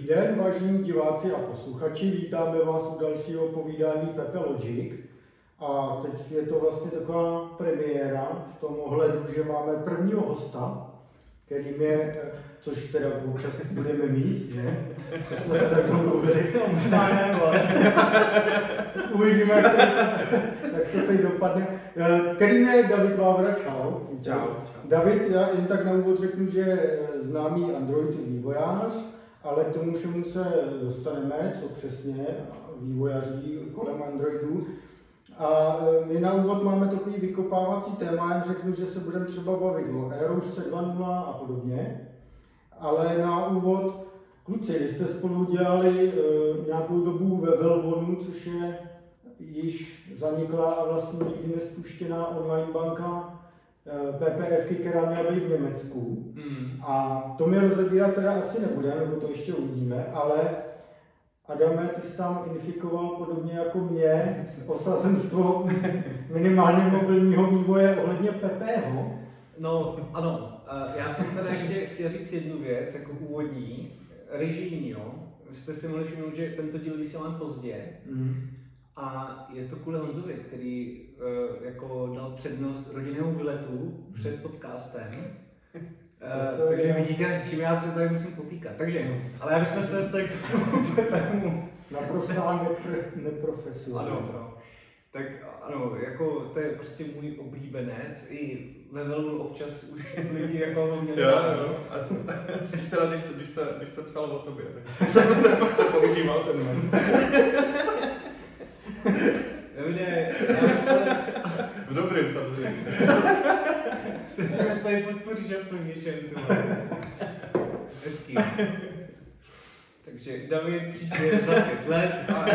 den, vážení diváci a posluchači, vítáme vás u dalšího povídání Pepe Logic. A teď je to vlastně taková premiéra v tom ohledu, že máme prvního hosta, kterým je, což teda občas budeme mít, že? To jsme se tak domluvili. Uvidíme, jak to teď dopadne. Kterým je David Vávra, čau. Čau. David, já jen tak na úvod řeknu, že je známý Android vývojář, ale k tomu všemu se dostaneme, co přesně vývojaří kolem Androidu. A my na úvod máme takový vykopávací téma, jen řeknu, že se budeme třeba bavit o Aeroušce 2.0 a podobně. Ale na úvod, kluci, vy jste spolu dělali nějakou dobu ve Velvonu, což je již zaniklá a vlastně nikdy nespuštěná online banka PPF, která měla být v Německu. A to my rozebírat teda asi nebudeme, nebo to ještě uvidíme, ale Adame, ty jsi tam infikoval podobně jako mě osazenstvo minimálně mobilního vývoje ohledně PPho. No, ano. Já jsem teda ještě chtěl říct jednu věc, jako úvodní, režijní, jo. Vy jste si mohli všimnout, že tento díl vysílám pozdě. A je to kvůli Honzovi, který jako dal přednost rodinnému výletu před podcastem. Takže vidíte, s čím já se tady musím potýkat. Takže, ale já bychom se dostali k tomu PPmu. Naprostá neprofesionální. Ano. Tak ano, jako to je prostě můj oblíbenec. I ve Velvonu občas už lidi jako měli. Jo. A spíš teda, když se psal o tobě, tak se používal ten jmen. Davide, v dobrým samozřejmě. Jsem tě tady podpoříš aspoň něčem, ty vole. Hezký. Takže David přijde za 5 let a...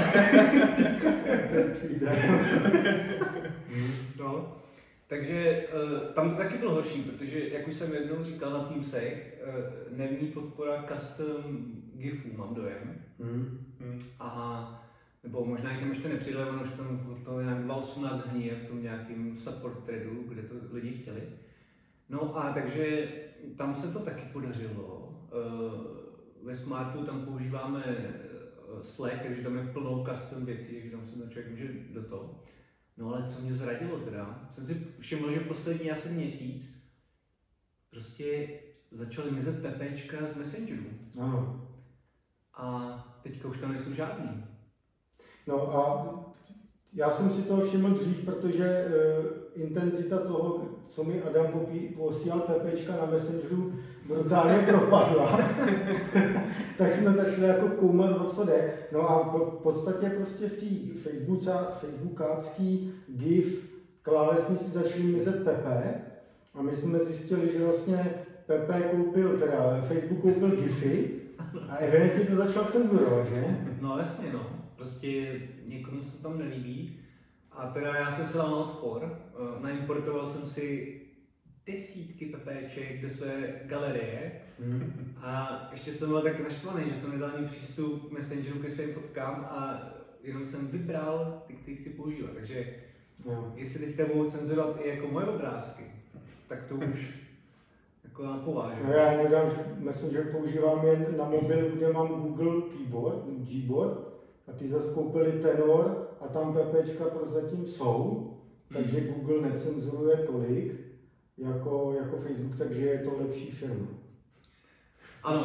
No, takže tam to taky bylo horší, protože jak už jsem jednou říkal na Teamsech, není podpora custom gifů, mám dojem. A nebo možná i tam ještě nepřidali, ono už tam to nějak 2018 hníje v tom nějakým support threadu, kde to lidi chtěli. No a takže tam se to taky podařilo. Ve Smartu tam používáme Slack, takže tam je plnou custom věcí, takže tam se ten člověk může do toho. No ale co mě zradilo teda, jsem si všiml, že poslední asi měsíc prostě začaly mizet PPčka z Messengeru. Ano. A teďka už tam nejsou žádný. No a já jsem si toho všiml dřív, protože intenzita toho, co mi Adam posílal PPčka na Messengeru, brutálně propadla. Tak jsme začali jako koumat, o co jde. No a v podstatě prostě v té facebookácký GIF klávesnici začali mizet Pepe. A my jsme zjistili, že vlastně Pepe Facebook koupil GIFy a evidentně to začal cenzurovat, že? No jasně no. Prostě někomu se tam nelíbí a teda já jsem se dal na odpor, naimportoval jsem si desítky PPček do své galerie a ještě jsem byl tak naštvaný, že jsem nedal ani přístup k Messengeru ke svým fotkám a jenom jsem vybral ty, který chci používat, takže jestli teďka budou cenzurovat i jako moje obrázky, tak to už jako napovážu. No já nedám, že Messenger používám jen na mobilu, kde mám Google Gboard, a ty zase koupili Tenor a tam PPčka prozatím jsou, takže Google necenzuruje tolik jako Facebook, takže je to lepší firma. Ano.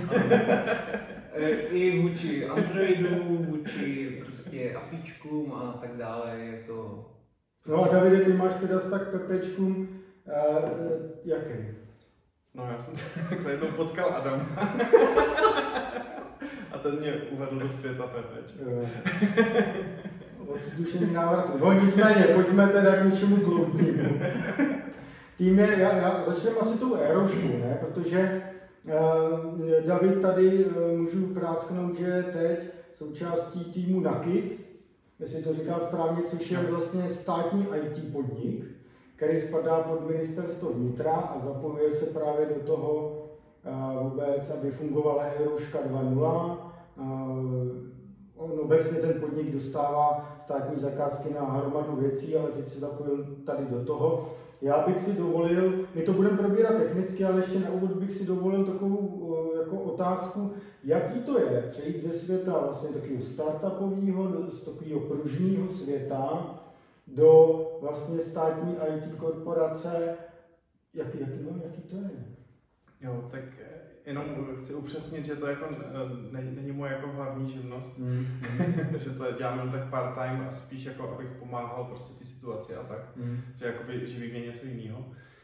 I vůči Androidu, vůči prostě apičkům a tak dále je to... No a Davide, ty máš teda vztah k PPčkům, jaký? No já jsem takhle jednou potkal Adama. A ten mě uvedl do světa PPček. Odsudušení návratu. No nicméně, pojďme teda k něčemu kloudnímu. Já začneme asi tou Aerouškou, ne? Protože David tady můžu prásknout, že teď součástí týmu Nakit, jestli to říkám správně, což je vlastně státní IT podnik, který spadá pod ministerstvo vnitra a zapojuje se právě do toho vůbec, aby fungovala Aerouška 2.0. On obecně ten podnik dostává státní zakázky na hromadu věcí, ale teď se zapojil tady do toho. já bych si dovolil, my to budeme probírat technicky, ale ještě na úvod bych si dovolil takovou jako otázku, jaký to je přejít ze světa vlastně takového startupového, z takového pružného světa do vlastně státní IT korporace, jaký to je? Jo, tak jenom chci upřesnit, že to jako není moje jako hlavní živnost, že to dělám jen tak part-time a spíš jako abych pomáhal prostě ty situaci a tak, že jakoby živí mě něco jiného.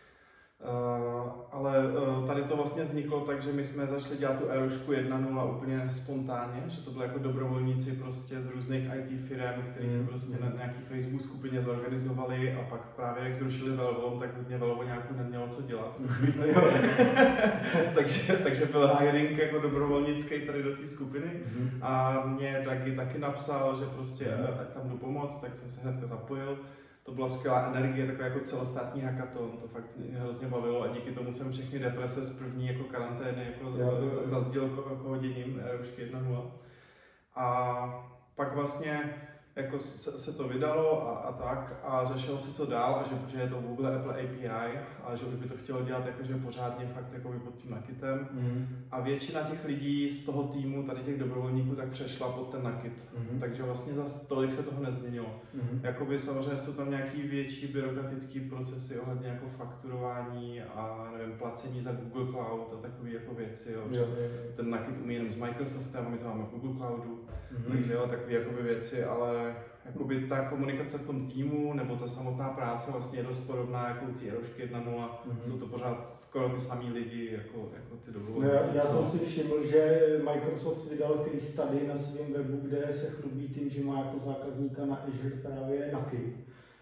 Ale tady to vlastně vzniklo tak, že my jsme začali dělat tu Erušku 1.0 úplně spontánně, že to byly jako dobrovolníci prostě z různých IT firm, kteří se prostě na nějaký Facebook skupině zorganizovali a pak právě jak zrušili Velvon, tak hodně Velvoňáků nemělo co dělat v tu chvíli. takže byl hiring jako dobrovolnický tady do té skupiny a mě Dagi taky napsal, že prostě tam jdu pomoct, tak jsem se hnedka zapojil. To byla skvělá energie, takový jako celostátní hackathon, to fakt mě hrozně bavilo a díky tomu jsem všechny deprese z první jako karantény jako zazděl jako hoděním Erušky 1.0. A pak vlastně jako se to vydalo a řešilo se co dál a že je to Google Apple API a že už by to chtělo dělat jakože pořádně fakt jako pod tím Nakitem. A většina těch lidí z toho týmu, tady těch dobrovolníků, tak přešla pod ten Nakit. Takže vlastně za tolik se toho nezměnilo. Jakoby samozřejmě jsou tam nějaký větší byrokratický procesy ohledně jako fakturování a nevím, placení za Google Cloud a takové jako věci. Jo. Ten Nakit umí jenom s Microsoftem a my to máme v Google Cloudu. Takže jo, takové jakoby věci, ale jakoby ta komunikace v tom týmu nebo ta samotná práce vlastně je dost podobná jako u té Erušky 1.0. Jsou to pořád skoro ty samý lidi jako ty dobrovolníci. Já jsem si všiml, že Microsoft vydal case study na svém webu, kde se chlubí tím, že má jako zákazníka na Azure právě Nakit.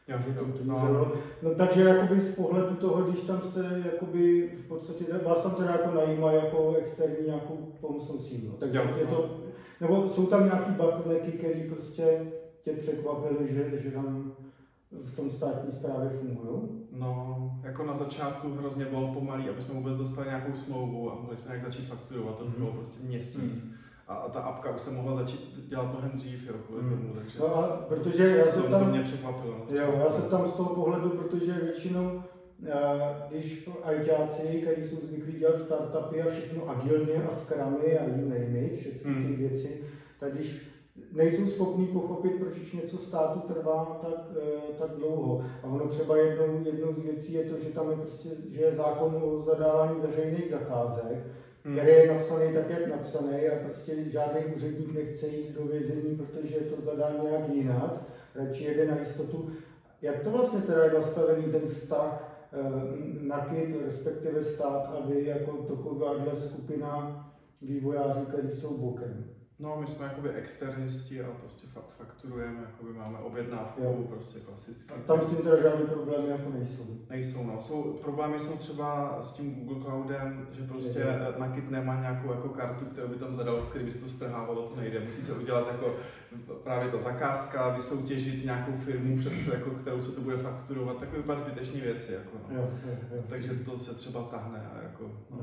No takže jakoby z pohledu toho, když tam jste jakoby v podstatě, vás tam teda jako najímají jako externí nějakou pomocnou sílu. Takže je to, nebo jsou tam nějaký bottlenecky, který prostě tě překvapily, že tam v tom státní správě fungují? No, jako na začátku hrozně bylo pomalý, aby jsme vůbec dostali nějakou smlouvu a mohli jsme nějak začít fakturovat, to bylo prostě měsíc. A ta apka už se mohla začít dělat mnohem dřív, jo, kvůli tomu, takže no a protože já jsem tam, to mě překvapilo. Já jsem tam z toho pohledu, protože většinou, když ajťáci, kteří jsou zvyklí dělat startupy a všechno agilně a scrumy a you name it, všechny ty věci, tak když nejsou schopní pochopit, proč něco státu trvá tak dlouho. A ono třeba jednou z věcí je to, že tam je prostě, že je zákon o zadávání veřejných zakázek, který je napsaný tak, jak napsaný a prostě žádný úředník nechce jít do vězení, protože to zadá nějak jinak, radši jede na jistotu. Jak to vlastně teda je nastavený ten vztah Nakit, respektive stát a vy jako takováhle skupina vývojářů, kteří jsou bokem? No, my jsme jakoby externisti a prostě fakturujeme, jakoby máme objednávku, prostě klasicky. A tam s tím teda žádný problémy jako nejsou? Nejsou, no. Problémy jsou třeba s tím Google Cloudem, že prostě Nakit nemá nějakou jako kartu, kterou by tam zadal, s kterou by se to strhávalo, to nejde. Musí se udělat jako právě ta zakázka, vysoutěžit nějakou firmu, přes jako, kterou se to bude fakturovat, takové úplně zbytečné věci. Jako, no. Jo. Takže to se třeba tahne a jako...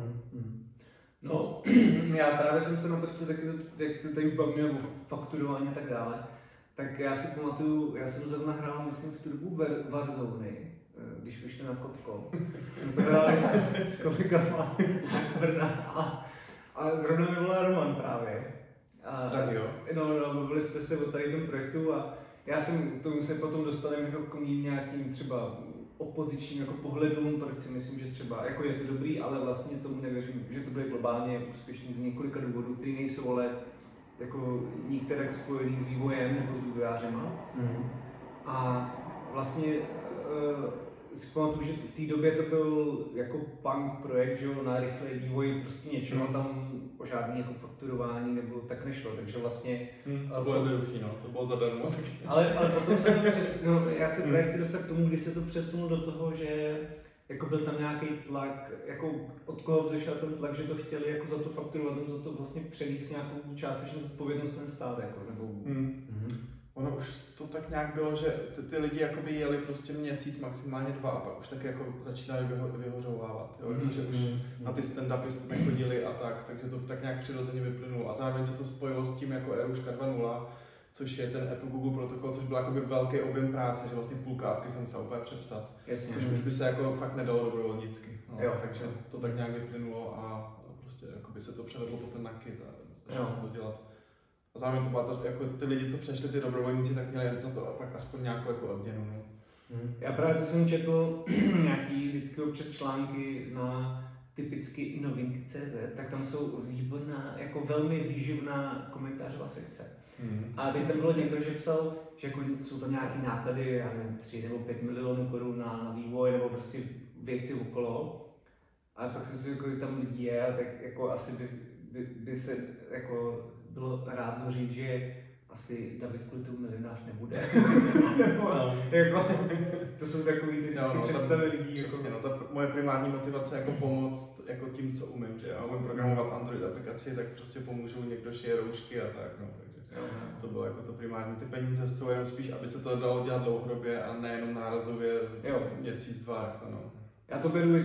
No, já právě jsem se na to chtěl taky, jak se tady bavíme o fakturování a tak dále, tak já si pamatuju, já jsem zrovna hrál, myslím, v tu dobu Warzone, když vyšli na Kopko. To hráli s kolegama z Brna a zrovna mi volal Roman právě. Tak jo. No, mluvili jsme se o tady tom projektu a já jsem k tomu se potom dostal jako k mým nějakým třeba opozičním jako pohledům, proč si myslím, že třeba jako je to dobrý, ale vlastně tomu nevěřím, že to bude globálně úspěšný z několika důvodů, které nejsou ale jako některé spojený s vývojem nebo s vývojářema. A vlastně si pamatuju, že v té době to byl jako punk projekt, že jo, na rychlej vývoj prostě něčeho, tam o žádný jako fakturování nebo tak nešlo, takže vlastně... to bylo jednoduchý, no, to bylo zadarmo. Takže... Ale potom se to já se právě chci dostat k tomu, kdy se to přesunulo do toho, že jako byl tam nějaký tlak, jako od koho vzešel ten tlak, že to chtěli jako za to fakturovat, nebo za to vlastně převést nějakou částečnou zodpovědnost ten stát, jako, nebo... Ono už to tak nějak bylo, že ty lidi jakoby jeli prostě měsíc, maximálně 2 a pak už tak jako začínali vyhořovávat, jo? Že už na ty stand-upy jste nechodili a tak, takže to tak nějak přirozeně vyplynulo a zároveň se to spojilo s tím jako Eruška 2.0, což je ten Apple Google protokol, což byl jakoby velký objem práce, že vlastně půlka apky jsem musel úplně přepsat. Jasně. Což už by se jako fakt nedalo dobrovolnicky. No, takže to tak nějak vyplynulo a prostě jakoby se to převedlo potom na Kit a začalo se to dělat. A zároveň to byla jako ty lidi, co přešli ty dobrovolníci, tak měli za to pak aspoň nějakou jako odměnu. No. Já právě co jsem četl nějaký vždycky občas články na typicky novinky.cz, tak tam jsou výborná, jako velmi výživná komentářová sekce. A teď tam bylo někdo, že psal, že jako jsou tam nějaké náklady, já nevím, 3 nebo 5 milionů korun na vývoj nebo prostě věci okolo. A pak jsem si řekl, že tam lidí je, tak jako asi by se jako bylo rád říct, že asi David kvůli tomu milionář nebude. Jako, to jsou takový ty představy lidí. Přesně, jako... ta moje primární motivace je jako pomoct jako tím, co umím, že já umím programovat Android aplikaci, tak prostě pomůžu, někdo šije roušky a tak, no, takže to bylo jako to primární. Ty peníze jsou jenom spíš, aby se to dalo dělat dlouhodobě a nejenom nárazově měsíc, 2, jako no. Já to beru i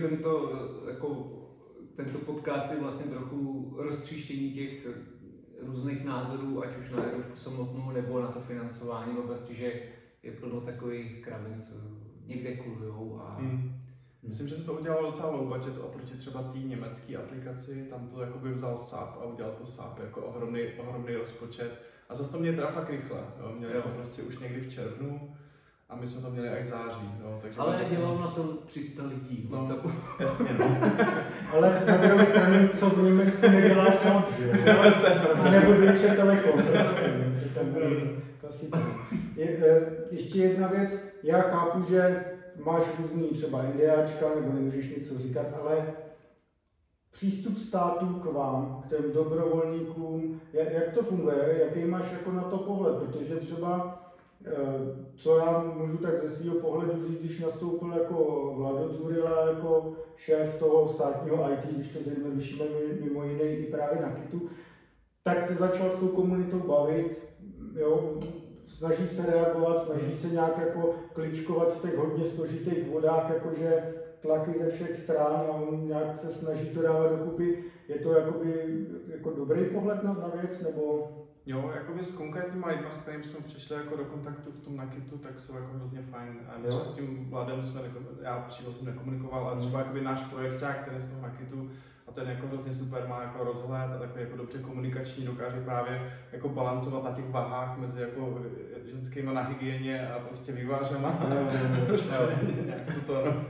tento podcast je vlastně trochu roztříštění těch různých názorů, ať už na Erušku samotnou nebo na to financování, no prostě, že je plno takových kravin, co někde kulujou a... Myslím, že se to udělalo docela low budget oproti třeba té německé aplikaci, tam to jakoby vzal SAP a udělal to SAP jako ohromný rozpočet a zase to mě teda fakt rychle, jo. Měli to prostě už někdy v červnu a my jsme to měli až v září, no, takže... Ale dělal na to 300 lidí, no, jasně, no. Ale na druhou stranu, co v Německu nedělá SAP, že? A nebo Deutsche Telekom, prostě, ten klasický. Ještě jedna věc, já chápu, že máš různý třeba NDAčka, nebo nemůžeš něco říkat, ale přístup státu k vám, k těm dobrovolníkům, jak to funguje, jaký máš jako na to pohled, protože třeba co já můžu tak ze svého pohledu říct, když nastoupil jako Vlado Dzurilla jako šéf toho státního IT, když to zjednodušíme mimo jiné i právě na Kitu, tak se začal s tou komunitou bavit, jo, snaží se reagovat, snaží se nějak jako kličkovat v těch hodně složitých vodách, jakože tlaky ze všech stran a on nějak se snaží to dávat dokupy. Je to jakoby, jako dobrý pohled na věc, nebo... Jo, jakoby s konkrétníma lidma, s kterým jsme přišli jako do kontaktu v tom Nakitu, tak jsou jako hrozně fajn. A třeba s tím Vladem já přímo jsem nekomunikoval, ale třeba jakoby náš projekták, ten je z toho Nakitu, a ten jako hrozně super, má jako rozhled a takový jako dobře komunikační, dokáže právě jako balancovat na těch váhách mezi jako ženskýma na hygieně a prostě vývářema. Prostě nějak to, no.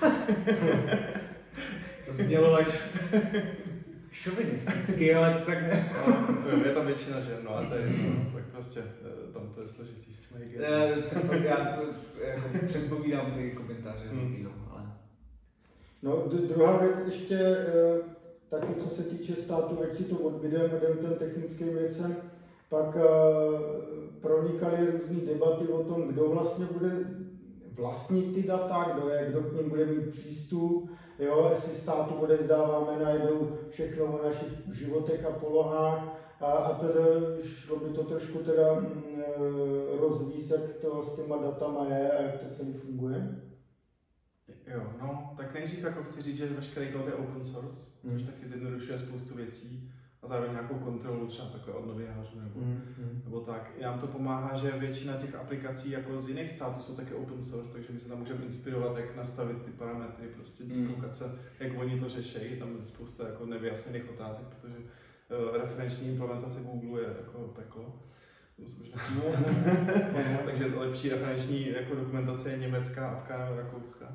To znělo až šovinisticky, ale to tak ne. No, je tam většina žen, no a to je tak prostě, tam to je složitý s tím hygienem. Já předpovídám ty komentáře, ale... No, druhá věc ještě, taky co se týče státu, ať si to odbydeme, jdem ten technickým věcem, pak pronikaly různé debaty o tom, kdo vlastně bude vlastnit ty data, kdo k nim bude mít přístup, jo, jestli státu odevzdáváme najednou všechno o našich životech a polohách a teda šlo by to trošku teda rozvíjet, jak to s těma datama je a jak to celý funguje. Jo, no, tak nejdřív jako chci říct, že veškerý kód je open source, což taky zjednodušuje spoustu věcí a zároveň nějakou kontrolu třeba takhle od novinářů nebo tak. I nám to pomáhá, že většina těch aplikací jako z jiných států jsou taky open source, takže my se tam můžeme inspirovat, jak nastavit ty parametry, prostě koukat se, jak oni to řeší, tam je spousta jako nevyjasněných otázek, protože referenční implementace Google je jako peklo. Takže lepší referenční jako dokumentace je německá apka nebo rakouská.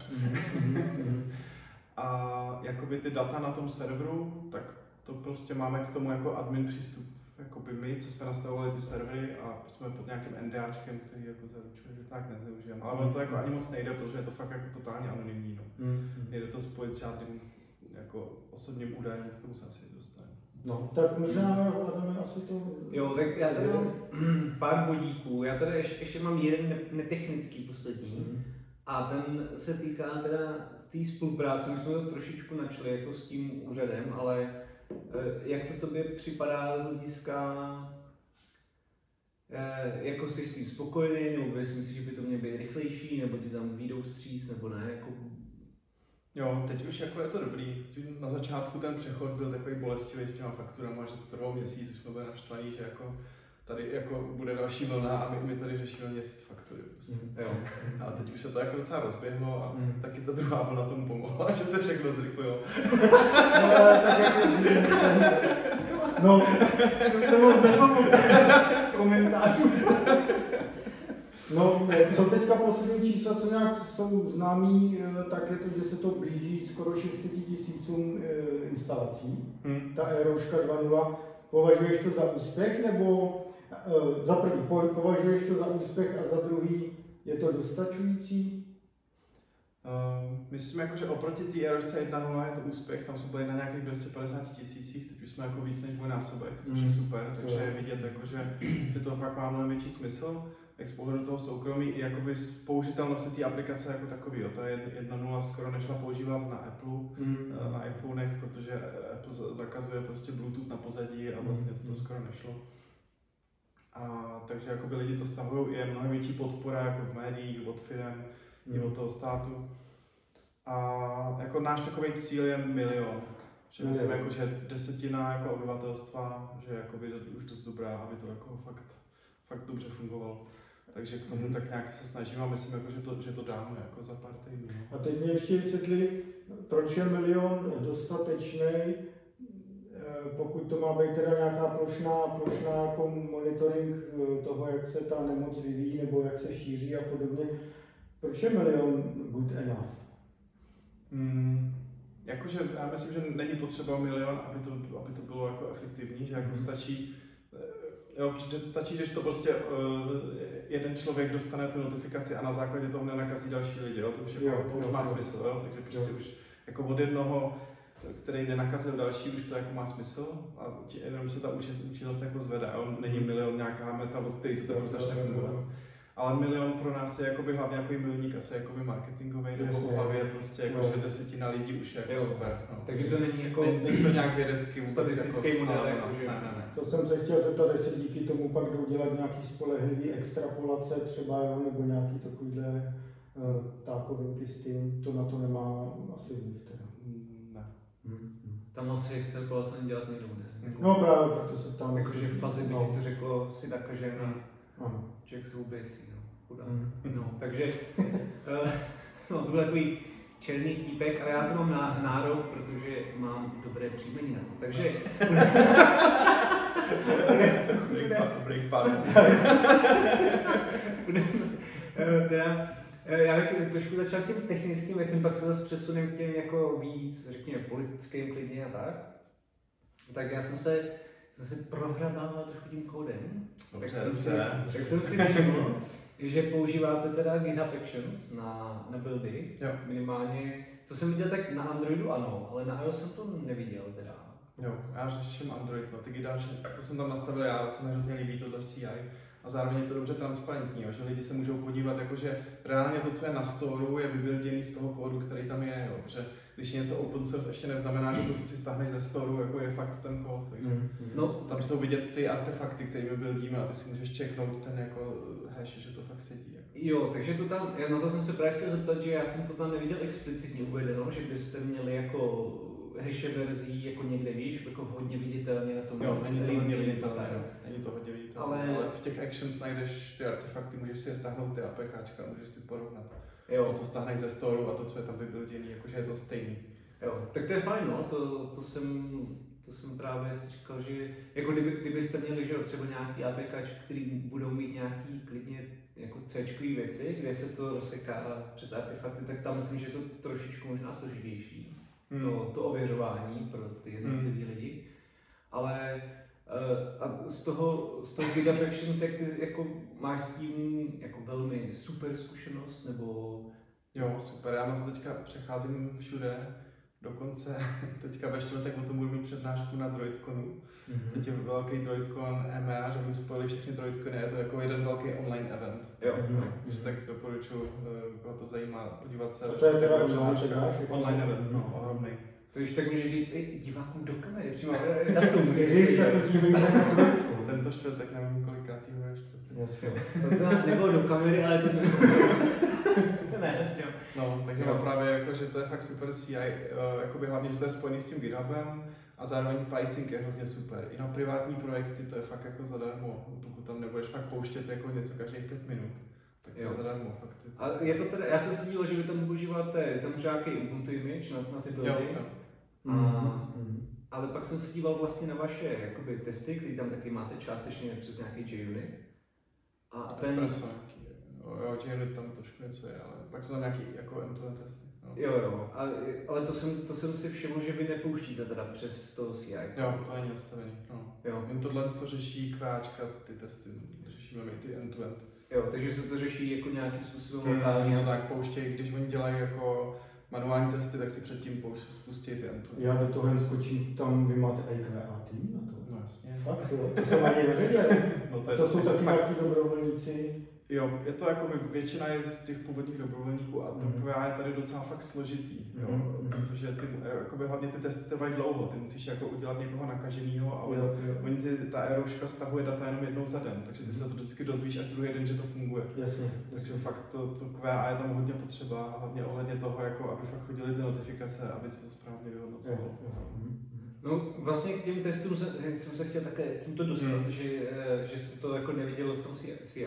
A jakoby ty data na tom serveru, tak to prostě máme k tomu jako admin přístup. Jakoby my, co jsme nastavovali ty servery a jsme pod nějakým NDAčkem, který jako zaručuje, že tak nezneužijeme. Ale ono to jako ani moc nejde, protože je to fakt jako totálně anonymní. No. Nejde to spojit s žádným jako osobním údajem, k tomu se asi dostaneme. No, tak možná Adame asi to... Jo, tak já tady mám pár bodíků, já tady ještě mám jeden netechnický poslední a ten se týká teda té spolupráce, my jsme to trošičku načali jako s tím úřadem, ale jak to tobě připadá z hlediska, jako jsi s tím spokojený, nebo si myslíš, že by to mělo být rychlejší, nebo ti tam vyjdou vstříc, nebo ne, jako... Jo, teď už jako je to dobrý. Na začátku ten přechod byl takový bolestivý s těma fakturama, že to trvalo měsíc, už jsme byli naštvaní, že jako tady jako bude další vlna a my tady řešíme měsíc faktury. Prostě. Jo. A teď už se to jako docela rozběhlo a taky ta druhá vlna tomu pomohla, že se všechno zrychlilo. No, to jste moc nepomohli. Komentářů. No, co teďka poslední čísla, co nějak jsou známý, tak je to, že se to blíží skoro 600 000 instalací. Ta Aeroška 2.0. Považuješ to za úspěch, nebo za první, považuješ to za úspěch a za druhý, je to dostačující? Myslím, jako, že oproti té Aerošce 1.0 je to úspěch, tam jsme byli na nějakých 250 000, teď už jsme jako víc než dvojnásobek, což je super, takže je vidět, jako, že to fakt má mnohem větší smysl. Jak z pohledu toho soukromí i jakoby z použitelnosti té aplikace jako takový. Ta 1.0 skoro nešla používat na Apple, na iPhonech, protože Apple zakazuje prostě Bluetooth na pozadí a vlastně to skoro nešlo. A takže jakoby lidi to stahují, je mnohem větší podpora jako v médiích, od firem i od toho státu. A jako náš takový cíl je 1 milion. Že myslím, jako, že 10% jako obyvatelstva, že jakoby to už dost dobrá, aby to jako fakt dobře fungovalo. Takže k tomu tak nějak se snažím a myslím, jako, že to dáme jako za pár týdnů. A teď mě ještě vysvětli, proč je 1 milion dostatečný, pokud to má být teda nějaká plošná jako monitoring toho, jak se ta nemoc vyvíjí nebo jak se šíří a podobně. Proč je 1 milion good enough? Jakože já myslím, že není potřeba 1 milion, aby to bylo jako efektivní, že jako stačí. Jo, protože to stačí, že to prostě jeden člověk dostane tu notifikaci a na základě toho nenakazí další lidi, jo? To už má smysl, jo? Takže prostě už jako od jednoho, který nenakazil další, už to jako má smysl a jenom se ta účinnost jako zvede, jo? Není 1 milion nějaká meta, od který to teprve začne fungovat. Ale 1 milion pro nás je jakoby hlavně jako milník, asi jakoby marketingový, nebo v hlavě prostě jako, že 10 lidí už je jako super. No. Takže to není jako... Není to nějak vědecky vůbec statistický jako, model, ne. To jsem se chtěl zeptat, jestli díky tomu pak jdou dělat nějaký spolehlivý extrapolace třeba, jo, nebo nějaký takovýhle tákovinky s tím, to na to nemá asi vliv teda. Ne. Tam asi extrapolace ani dělat nejdou, ne? No právě, proto se tam... Jakože fazy by ti to řeklo si tak, že ano. člověk se uběsí, no, chudák. No, takže no, to byl takový černý vtípek, ale já to mám nárok, protože mám dobré příjmení na to, takže... Já bych trošku začal tím technickým věcem, pak se zase přesunem k těm jako víc, řekněme, politickým klidně a tak. Tak já jsem se prohrabával trošku tím kódem, tak jsem si všiml, že používáte teda GitHub Actions na buildy, minimálně, co jsem viděl tak na Androidu ano, ale na iOS jsem to neviděl teda. Jo, já řeším Android, no ty GitHub, tak to jsem tam nastavil, já se mi hrozně líbí tohle CI a zároveň je to dobře transparentní, že lidi se můžou podívat, jakože reálně to, co je na storeu, je vybuilděný z toho kódu, který tam je, jo, protože když je něco open source, ještě neznamená, že to, co si stáhneš ze storeu, jako je fakt ten kód, takže tam jsou vidět ty artefakty, které my buildíme a ty si můžeš checknout ten jako hash, že to fakt sedí. Jako. Jo, takže to tam, na to jsem se právě chtěl zeptat, že já jsem to tam neviděl explicitně uvedeno, že byste měli jako hash verzí jako někde víš, jako hodně viditelně na tom. Jo, není to hodně viditelné, není to hodně viditelné, ale v těch actions najdeš ty artefakty, můžeš si je stáhnout ty APKčka, můžeš si porovnat. Jo. To, co stáhneš ze storeu a to, co je tam vybuilděný, jakože je to stejný. Jo, tak to je fajn, no, to jsem právě si říkal, že jako kdybyste měli, že jo, třeba nějaký APKčky, který budou mít nějaký klidně jako C-čkový věci, kde se to rozseká přes artefakty, tak tam myslím, že je to trošičku možná složitější. To ověřování pro ty jednotlivé lidi. Ale a z toho GitHub Actions, jak ty jako máš s tím jako velmi super zkušenost, nebo... Jo, super, já na to teďka přecházím všude. Dokonce teďka ve čtvrtek o tom budu mít přednášku na DroidConu. Teď je velký DroidCon EMEA, že by spojili všechny DroidCony, je to jako jeden velký online event. Jo. Takže tak doporučuji, koho to zajímá, podívat se. To je teda online event, no, ohromný. Takže tak můžeš říct i divákům do kamery, přímo datum. Tento čtvrtek, nevím kolikátý bude čtvrtek. To nebylo do kamery, ale to ne, jo. No, takže právě jako, že to je fakt super CI, jakoby hlavně, že to je spojený s tím GitHubem a zároveň pricing je hrozně super. I na privátní projekty to je fakt jako zadarmo, pokud tam nebudeš fakt pouštět jako něco každých 5 minut, tak to je zadarmo fakt. A je to teda, já jsem si díval, že vy tam používáte, tam už nějaký Ubuntu image na ty buildy. Ale pak jsem se díval vlastně na vaše jakoby, testy, které tam taky máte částečně přes nějaký JUnit. A ten... Espresso nějaký, jo, JUnit tam trošku něco je, ale pak jsou tam nějaký jako end-to-end testy. No. Jo, ale to jsem si všiml, že vy nepouštíte teda přes to CI. Jo, to není nastavený, no. Jo. Jen tohle to řeší QAčka, ty testy, řešíme my ty end-to-end. Jo, takže se to řeší jako nějakým způsobem lokálně. Něco tak pouštějí, když oni dělají jako manuální testy, tak si předtím pustí ty end-to-end. Já do toho jen skočím, tam vy máte i QA tým na to? No jasně. Fakt jo, to jsem ani nevěděl. No to jsou taky nějaký dobrovolníci. Jo, je to jako většina je z těch původních dobrovolníků a to QA je tady docela fakt složitý, jo, protože ty, jakoby, hlavně ty testy trvají dlouho, ty musíš jako udělat někoho nakaženého a oni ta aerouška stahuje data jenom jednou za den, takže ty se to vždycky dozvíš až druhý den, že to funguje. Jasně. Takže fakt to QA je tam hodně potřeba, hlavně ohledně toho, jako aby fakt chodily ty notifikace, aby se to správně vyhodnocovalo. No vlastně k těm testům jsem se chtěl také tímto dostat, že jsem to jako neviděl v tom CI.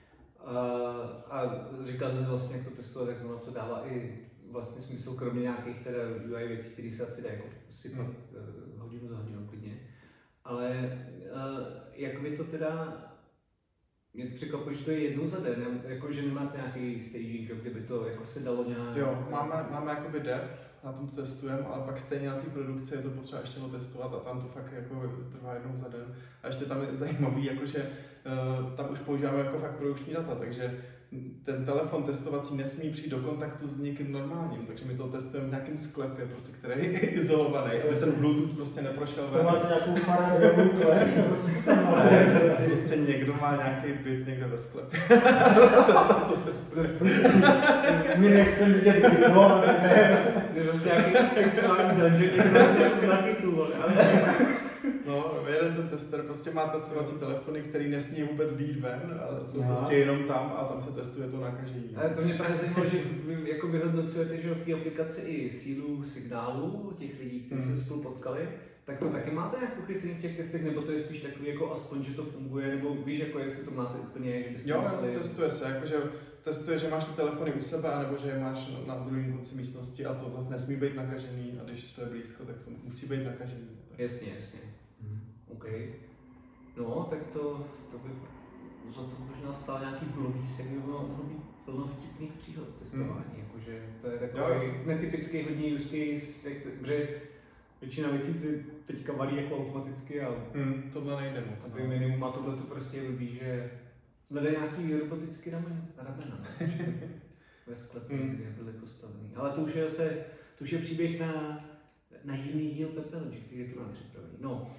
A říkal jsem vlastně, jak to testovat, tak ono to dává i vlastně smysl, kromě nějakých teda UI věcí, které se asi dají jako sypat hodinu za hodinou klidně. Ale jak by to teda, mě překvapuje, že to je jednou za den, jako že nemáte nějaký staging, kdyby to jako se dalo nějak... Jo, máme jakoby dev, na tom to testujeme, ale pak stejně na té produkci je to potřeba ještě otestovat a tam to fakt jako trvá jednou za den. A ještě tam je zajímavý, jakože tam už používáme jako fakt produkční data, takže ten telefon testovací nesmí přijít do kontaktu s někým normálním, takže my to testujeme v nějakém sklepě, prostě, který je izolovaný, aby ten Bluetooth prostě neprošel ven. To máte nějakou faradovou klep, nebo co tam máte? Prostě někdo má nějaký byt někde ve sklepě. To testuje. My nechceme vidět bytlo, ale ne. Je to nějaký sexuální dungeon, někdo znaky tu, ale... No, jeden ten tester prostě má testovací telefony, který nesmí vůbec vyjít ven, ale jsou prostě jenom tam a tam se testuje to nakažení. Ale to mě právě zajímalo, že vy jako vyhodnocujete, že v té aplikaci i sílu signálu těch lidí, kteří se spolu potkali, tak to taky máte nějak pochycení v těch testech, nebo to je spíš takový jako aspoň, že to funguje, nebo víš, jako jestli to máte úplně, že byste museli... Jo, testuje se, jakože testuje, že máš ty telefony u sebe, anebo že je máš na druhém konci místnosti a to zase nesmí být nakažený a když to je blízko, tak to musí být nakažený. Jasně. OK. No, tak to by za to možná stál nějaký blogísek, by mohlo být plno vtipných příhod z testování, jakože to je takový netypický hodně use case, protože většina věcí si teďka valí jako automaticky a tohle nejde moc. A to je minimum a tohle to prostě je blbý, že hledá nějaký robotický ramena ve sklepě, kde byly postavený. Ale to už je příběh na jiný díl Pepelogy, který taky mám připravený. No.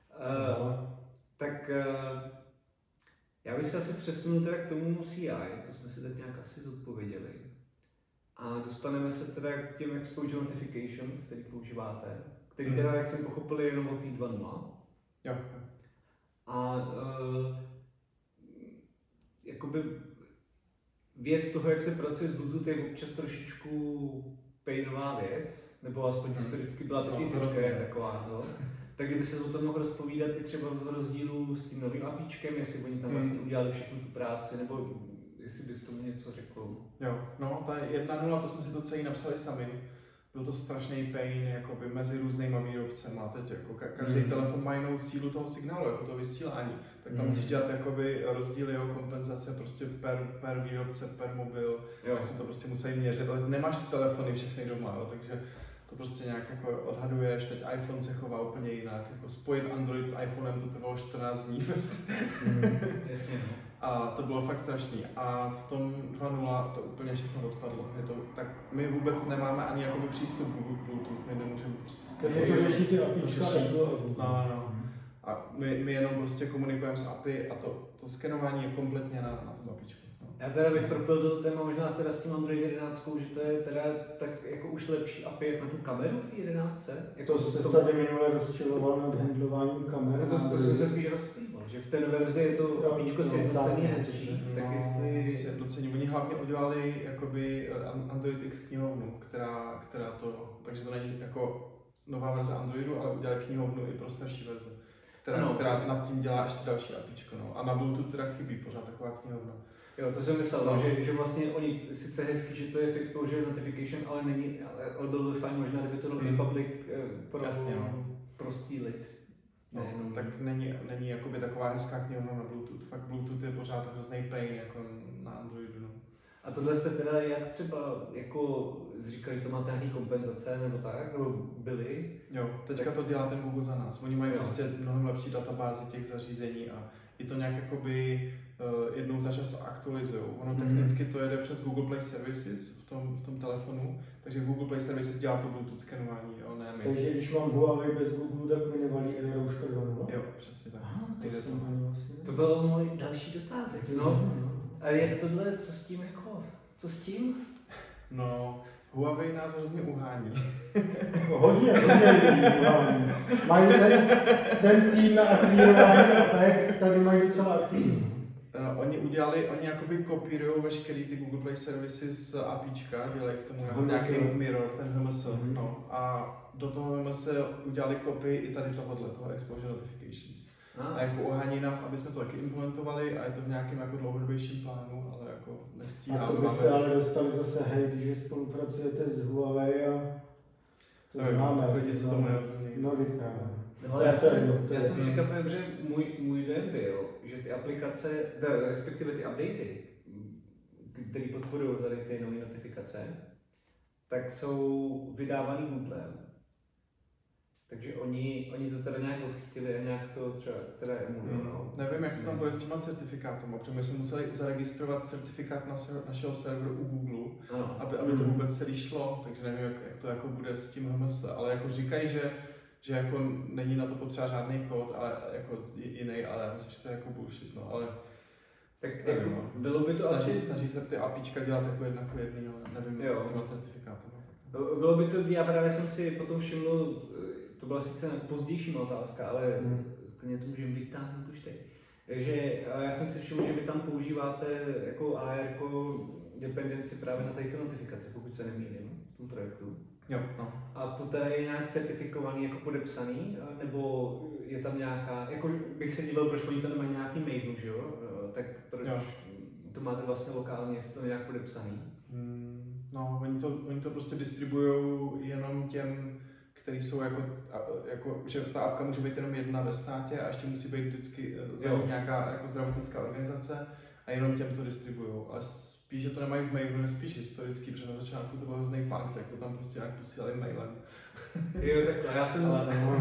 Tak já bych se asi přesunul teda k tomu CI, to jsme si teď nějak asi zodpověděli. A dostaneme se teda k těm exposure notifications, který používáte, který teda, jak jsem pochopil, je jenom od té 2.0. Jo. A jakoby věc toho, jak se pracuje s Bluetooth, je občas trošičku painová věc, nebo aspoň historicky byla taky taková. Tak kdyby se o tom mohl rozpovídat i třeba v rozdílu s tím novým APIčkem, jestli oni tam vlastně udělali všechnu tu práci, nebo jestli bys tomu něco řekl. Jo, no, ta 1.0, to jsme si to celý napsali sami. Byl to strašný pain jakoby mezi různýma výrobcema. Teď jako každý telefon má jinou sílu toho signálu, jako to vysílání. Tak tam musíš dělat jakoby rozdíly, kompenzace prostě per výrobce, per mobil. Tak jsme to prostě museli měřit. Ale nemáš ty telefony všechny doma, jo, takže to prostě nějak jako odhaduješ. Teď iPhone se chová úplně jinak. Jako spojit Android s iPhonem to trvalo 14 dní. Jasně, no. A to bylo fakt strašný. A v tom 2.0 to úplně všechno odpadlo. Je to, tak my vůbec nemáme ani jakoby přístup k Bluetooth, my nemůžeme prostě... Takže to řeší ty APIčka? No. A my jenom prostě komunikujeme s API a to skenování je kompletně na tom APIčku. No. Já teda bych propil toto téma možná teda s tím Android 11, že to je teda tak jako už lepší API jak na tu kameru v té 11. Jako to se tady minule rozčiloval nad handlováním kamer. To jsem se spíš rozplýval, že v té nové verzi je to APIčko sjednocený hezčí. Tak jestli... Sjednocení. Oni hlavně udělali jakoby Android X knihovnu, která to, takže to není jako nová verze Androidu, ale udělali knihovnu i pro starší verze, která nad tím dělá ještě další APIčko. No. A na Bluetooth teda chybí pořád taková knihovna. Jo, to jsem myslel, no. že vlastně oni sice hezky, že to je fixed exposure notification, ale bylo by fajn možná, kdyby to byl public pro prostý lid. No, tak není jakoby taková hezká knihovna na Bluetooth. Fakt Bluetooth je pořád hrozný pain jako na Androidu. No. A tohle jste teda jak třeba jako říkal, že to máte nějaký kompenzace nebo tak, nebo byly? Jo, teďka to dělá ten Google za nás. Oni mají prostě mnohem lepší databázi těch zařízení a i to nějak jakoby jednou za čas aktualizují. Ono technicky to jede přes Google Play Services v tom telefonu, takže Google Play Services dělá to Bluetooth skenování, jo, ne my. Takže když mám Huawei bez Google, tak mi nevalí rouška 2.0? Jo, přesně tak. To byl můj další dotazek. No. A jak tohle, co s tím? No, Huawei nás hrozně uhání. Hodně lidí uhání. Mají ten tým na aktivování APEK, tady mají docela aktivní. Oni jakoby kopírují veškerý ty Google Play Services z APIčka, dělají k tomu jako nějaký mirror, ten HMS, no. A do toho HMS udělali kopii i tady toho Exposure Notifications. A jako ohání nás, aby jsme to taky implementovali a je to v nějakém jako dlouhodobějším plánu, ale jako nestíháme. A to byste ale dostali zase hejt, že spolupracujete s Huawei a to známe. Lidi, co tomu nerozumějí. No, no, já jsem překvapen, že můj den byl, že ty aplikace, respektive ty updaty, které podporují tady ty nové notifikace, tak jsou vydávaný Googlem. Takže oni to teda nějak odchytili a nějak to třeba teda emulují. Nevím, jak to tam bude s těma certifikátem, protože my jsme museli zaregistrovat certifikát našeho serveru u Google, aby to vůbec celý šlo, takže nevím, jak to jako bude s tím HMS, ale jako říkají, že jako není na to potřeba žádný kód, ale jako jiný, ale já myslím, že to je jako bullshit, no, ale tak nevím, jako, bylo by to snaží se ty APIčka dělat jako jedna ku jedný, ale nevím, s těma certifikátem. Bylo by to, já právě jsem si potom všiml, to byla sice pozdější otázka, ale klidně to můžeme vytáhnout už teď. Takže já jsem si všiml, že vy tam používáte jako AR dependenci právě na tady notifikace, pokud se nemýlím, v tom projektu. Jo, no. A to tady je nějak certifikovaný, jako podepsaný, nebo je tam nějaká, jako bych se díval, proč oni to nemají nějaký mail, že jo? Tak proč to máte vlastně lokálně, jestli to nějak podepsaný? No, oni to prostě distribujou jenom těm, který jsou jako, že ta apka může být jenom jedna ve státě a ještě musí být vždycky za ní nějaká jako zdravotnická organizace a jenom těm to distribujou. Ale spíš, že to nemají v mailu, je spíš historický, protože na začátku to byl hrozný punk, tak to tam prostě nějak posílali mailem. Jo, takhle, já jsem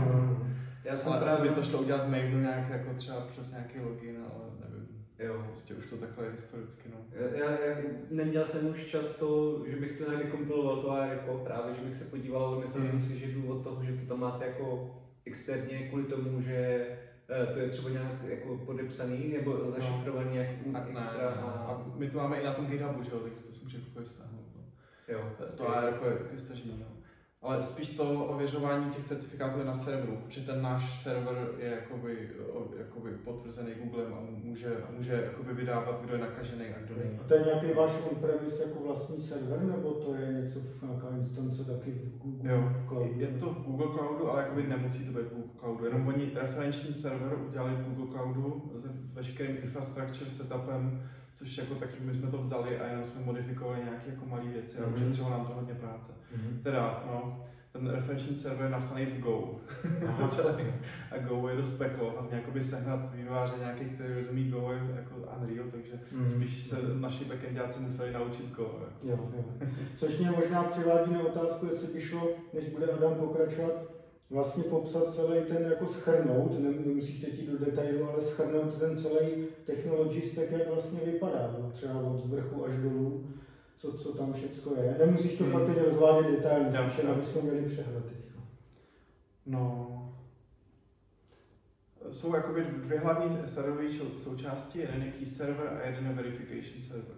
právě to šlo udělat v mailu nějak jako třeba přes nějaký login, ale nevím. Jo. Prostě už to takhle je historicky, no. Já neměl jsem už často, že bych to nějak vykompiloval to a jako právě, že bych se podíval, ale myslel jsem si, že důvod toho, že to tam máte jako externě kvůli tomu, že to je třeba nějak jako podepsaný nebo zašifrovaný nějak extra. A my to máme i na tom GitHubu, že jo, takže to si může kdokoliv stáhnout. No. Jo. To je jako ke stažení, no. Ale spíš to ověřování těch certifikátů je na serveru, že ten náš server je jakoby potvrzený Googlem a může jakoby vydávat, kdo je nakažený a kdo není. A to je nějaký váš on-premise jako vlastní server, nebo to je něco, nějaká instance taky v Google Cloudu? Je to v Google Cloudu, ale jakoby nemusí to být v Google Cloudu, jenom oni referenční server udělali v Google Cloudu s veškerým infrastructure setupem, což jako tak, my jsme to vzali a jenom jsme modifikovali nějaké jako malé věci a ušetřilo nám to hodně práce. Teda, no, ten referenční server je napsaný v Go. Celý. A Go je dost peklo, hlavně jakoby sehnat vývojáře nějaký, který rozumí Go je jako Unreal, takže spíš se naši backendáci museli naučit Go. Jako. Jo. Což mě možná přivádí na otázku, jestli by šlo, než bude Adam pokračovat, vlastně popsat celý ten, jako shrnout, nemusíš teď jít do detailu, ale shrnout ten celý technology stack, jak vlastně vypadá, no, třeba od vrchu až dolů, co tam všecko je. Nemusíš to fakt teď rozvádět detailně, aby jsme měli přehled teďka. No, jsou jakoby dvě hlavní serverové součásti, jeden je key server a jeden je verification server.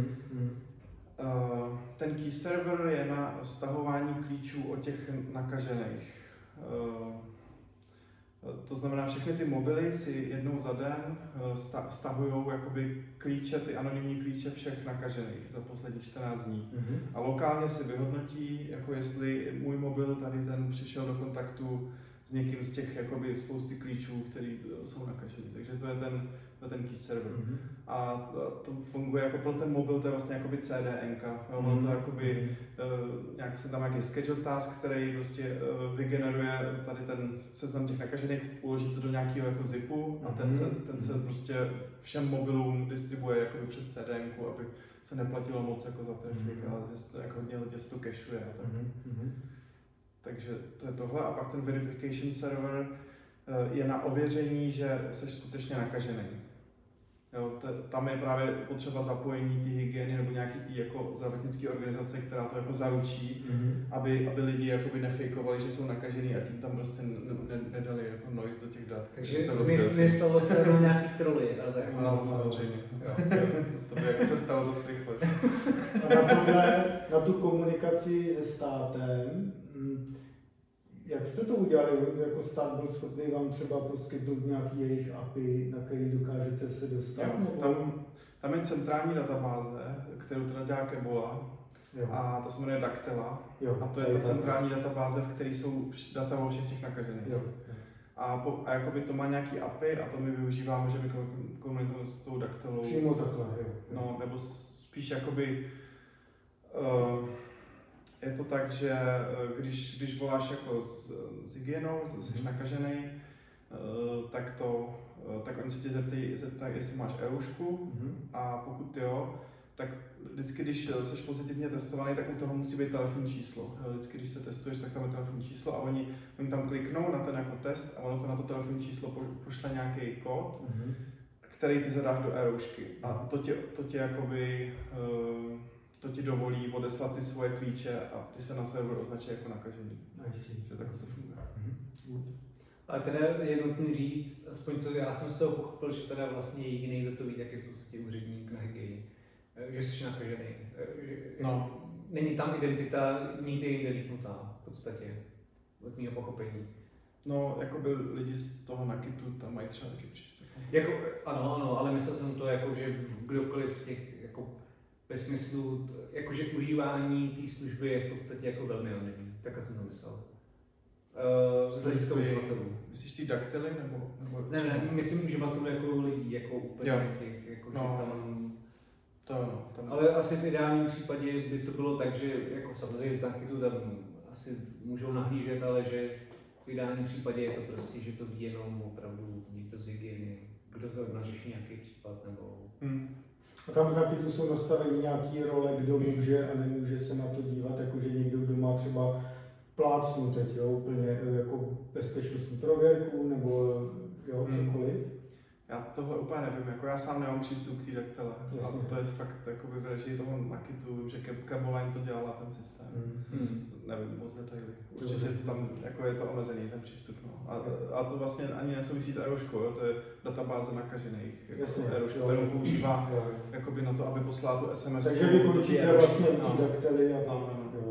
Ten key server je na stahování klíčů od těch nakažených. To znamená, všechny ty mobily si jednou za den stahují jakoby klíče, ty anonymní klíče všech nakažených za posledních 14 dní. A lokálně si vyhodnotí, jako jestli můj mobil tady ten přišel do kontaktu s někým z těch jakoby spousty klíčů, který jsou nakažený. Takže to je ten key server. A to funguje jako pro ten mobil, to je vlastně jakoby CDNka. Ono to jakoby, nějak se tam nějaký schedule task, který prostě vygeneruje tady ten seznam těch nakažených, uloží to do nějakého jako zipu a ten se prostě všem mobilům distribuje jakoby přes CDNku, aby se neplatilo moc jako za trafik a jako hodně lidí se to cashuje a tak. Takže to je tohle a pak ten verification server je na ověření, že jsi skutečně nakažený. Jo, tam je právě potřeba zapojení ty hygieny nebo nějaký ty jako zdravotnické organizace, která to jako zaručí, aby lidi jakoby nefejkovali, že jsou nakažený a tím tam prostě nedali jako noise do těch dat. Takže nestalo se jenom nějaký troly. No, samozřejmě. To by jako se stalo dost rychle. A na tu komunikaci se státem, jak jste to udělali? Jako stát byl schopný vám třeba poskytnout nějaký jejich API, na který dokážete se dostat? Jo, tam je centrální databáze, kterou teda dělá Kebola, a ta se jmenuje Dactyla. A to je ta centrální databáze, v které jsou data o všech těch nakažených. A jakoby to má nějaký API a to my využíváme, že my komunikujeme s tou Dactylou. Přímo takhle, No, nebo spíš jakoby je to tak, že když voláš jako s hygienou, jsi nakažený, tak oni se tě zeptají, jestli máš erušku, a pokud jo, tak vždycky, když jsi pozitivně testovaný, tak u toho musí být telefonní číslo. Vždycky, když se testuješ, tak tam je telefonní číslo a oni tam kliknou na ten jako test a ono to na to telefonní číslo pošle nějaký kód, který ty zadáš do erušky. A to tě jakoby to ti dovolí odeslat ty svoje klíče a ty se na serveru označí jako nakažený. Že takhle to funguje. Ale teda je nutný říct, aspoň co já jsem z toho pochopil, že teda vlastně jediný, kdo to ví, tak je v podstatě úředník na hygii. Že jsi nakažený. No. Není tam identita nikde jinde lípnutá v podstatě, od mého pochopení. No, jako by lidi z toho Nakitu tam mají třeba taky přístup. Jako, ano, ale myslel jsem to jako, že kdokoliv z těch jako ve smyslu, jakože užívání té služby je v podstatě jako velmi anonymní, takhle jsem to myslel. Z hlediska uživatelů. Myslíš ty Dactyly nebo Ne, myslím uživatelů jako lidí, jako úplně těch, jako no, že tam... Ale asi v ideálním případě by to bylo tak, že jako samozřejmě znaky tu tam asi můžou nahlížet, ale že v ideálním případě je to prostě, že to ví jenom opravdu někdo z hygieny, kdo zrovna řeší nějaký případ nebo... A tam na Kitu jsou nastaveny nějaké role, kdo může a nemůže se na to dívat, jakože někdo, kdo má třeba plácnu teď, úplně jako bezpečnostní prověrku nebo cokoliv. Já tohle úplně nevím, jako já sám nemám přístup k té Dactyle. A to je fakt jakoby v režii toho Nakitu, vím, že Kebola to dělala ten systém. Nevím moc detaily. Určitě tam jako je to omezený ten přístup. No. A to vlastně ani nesouvisí s Eruškou, to je databáze nakažených. Eruška, kterou používá jakoby na to, aby poslala tu SMS. Takže vy končíte vlastně u Dactyly a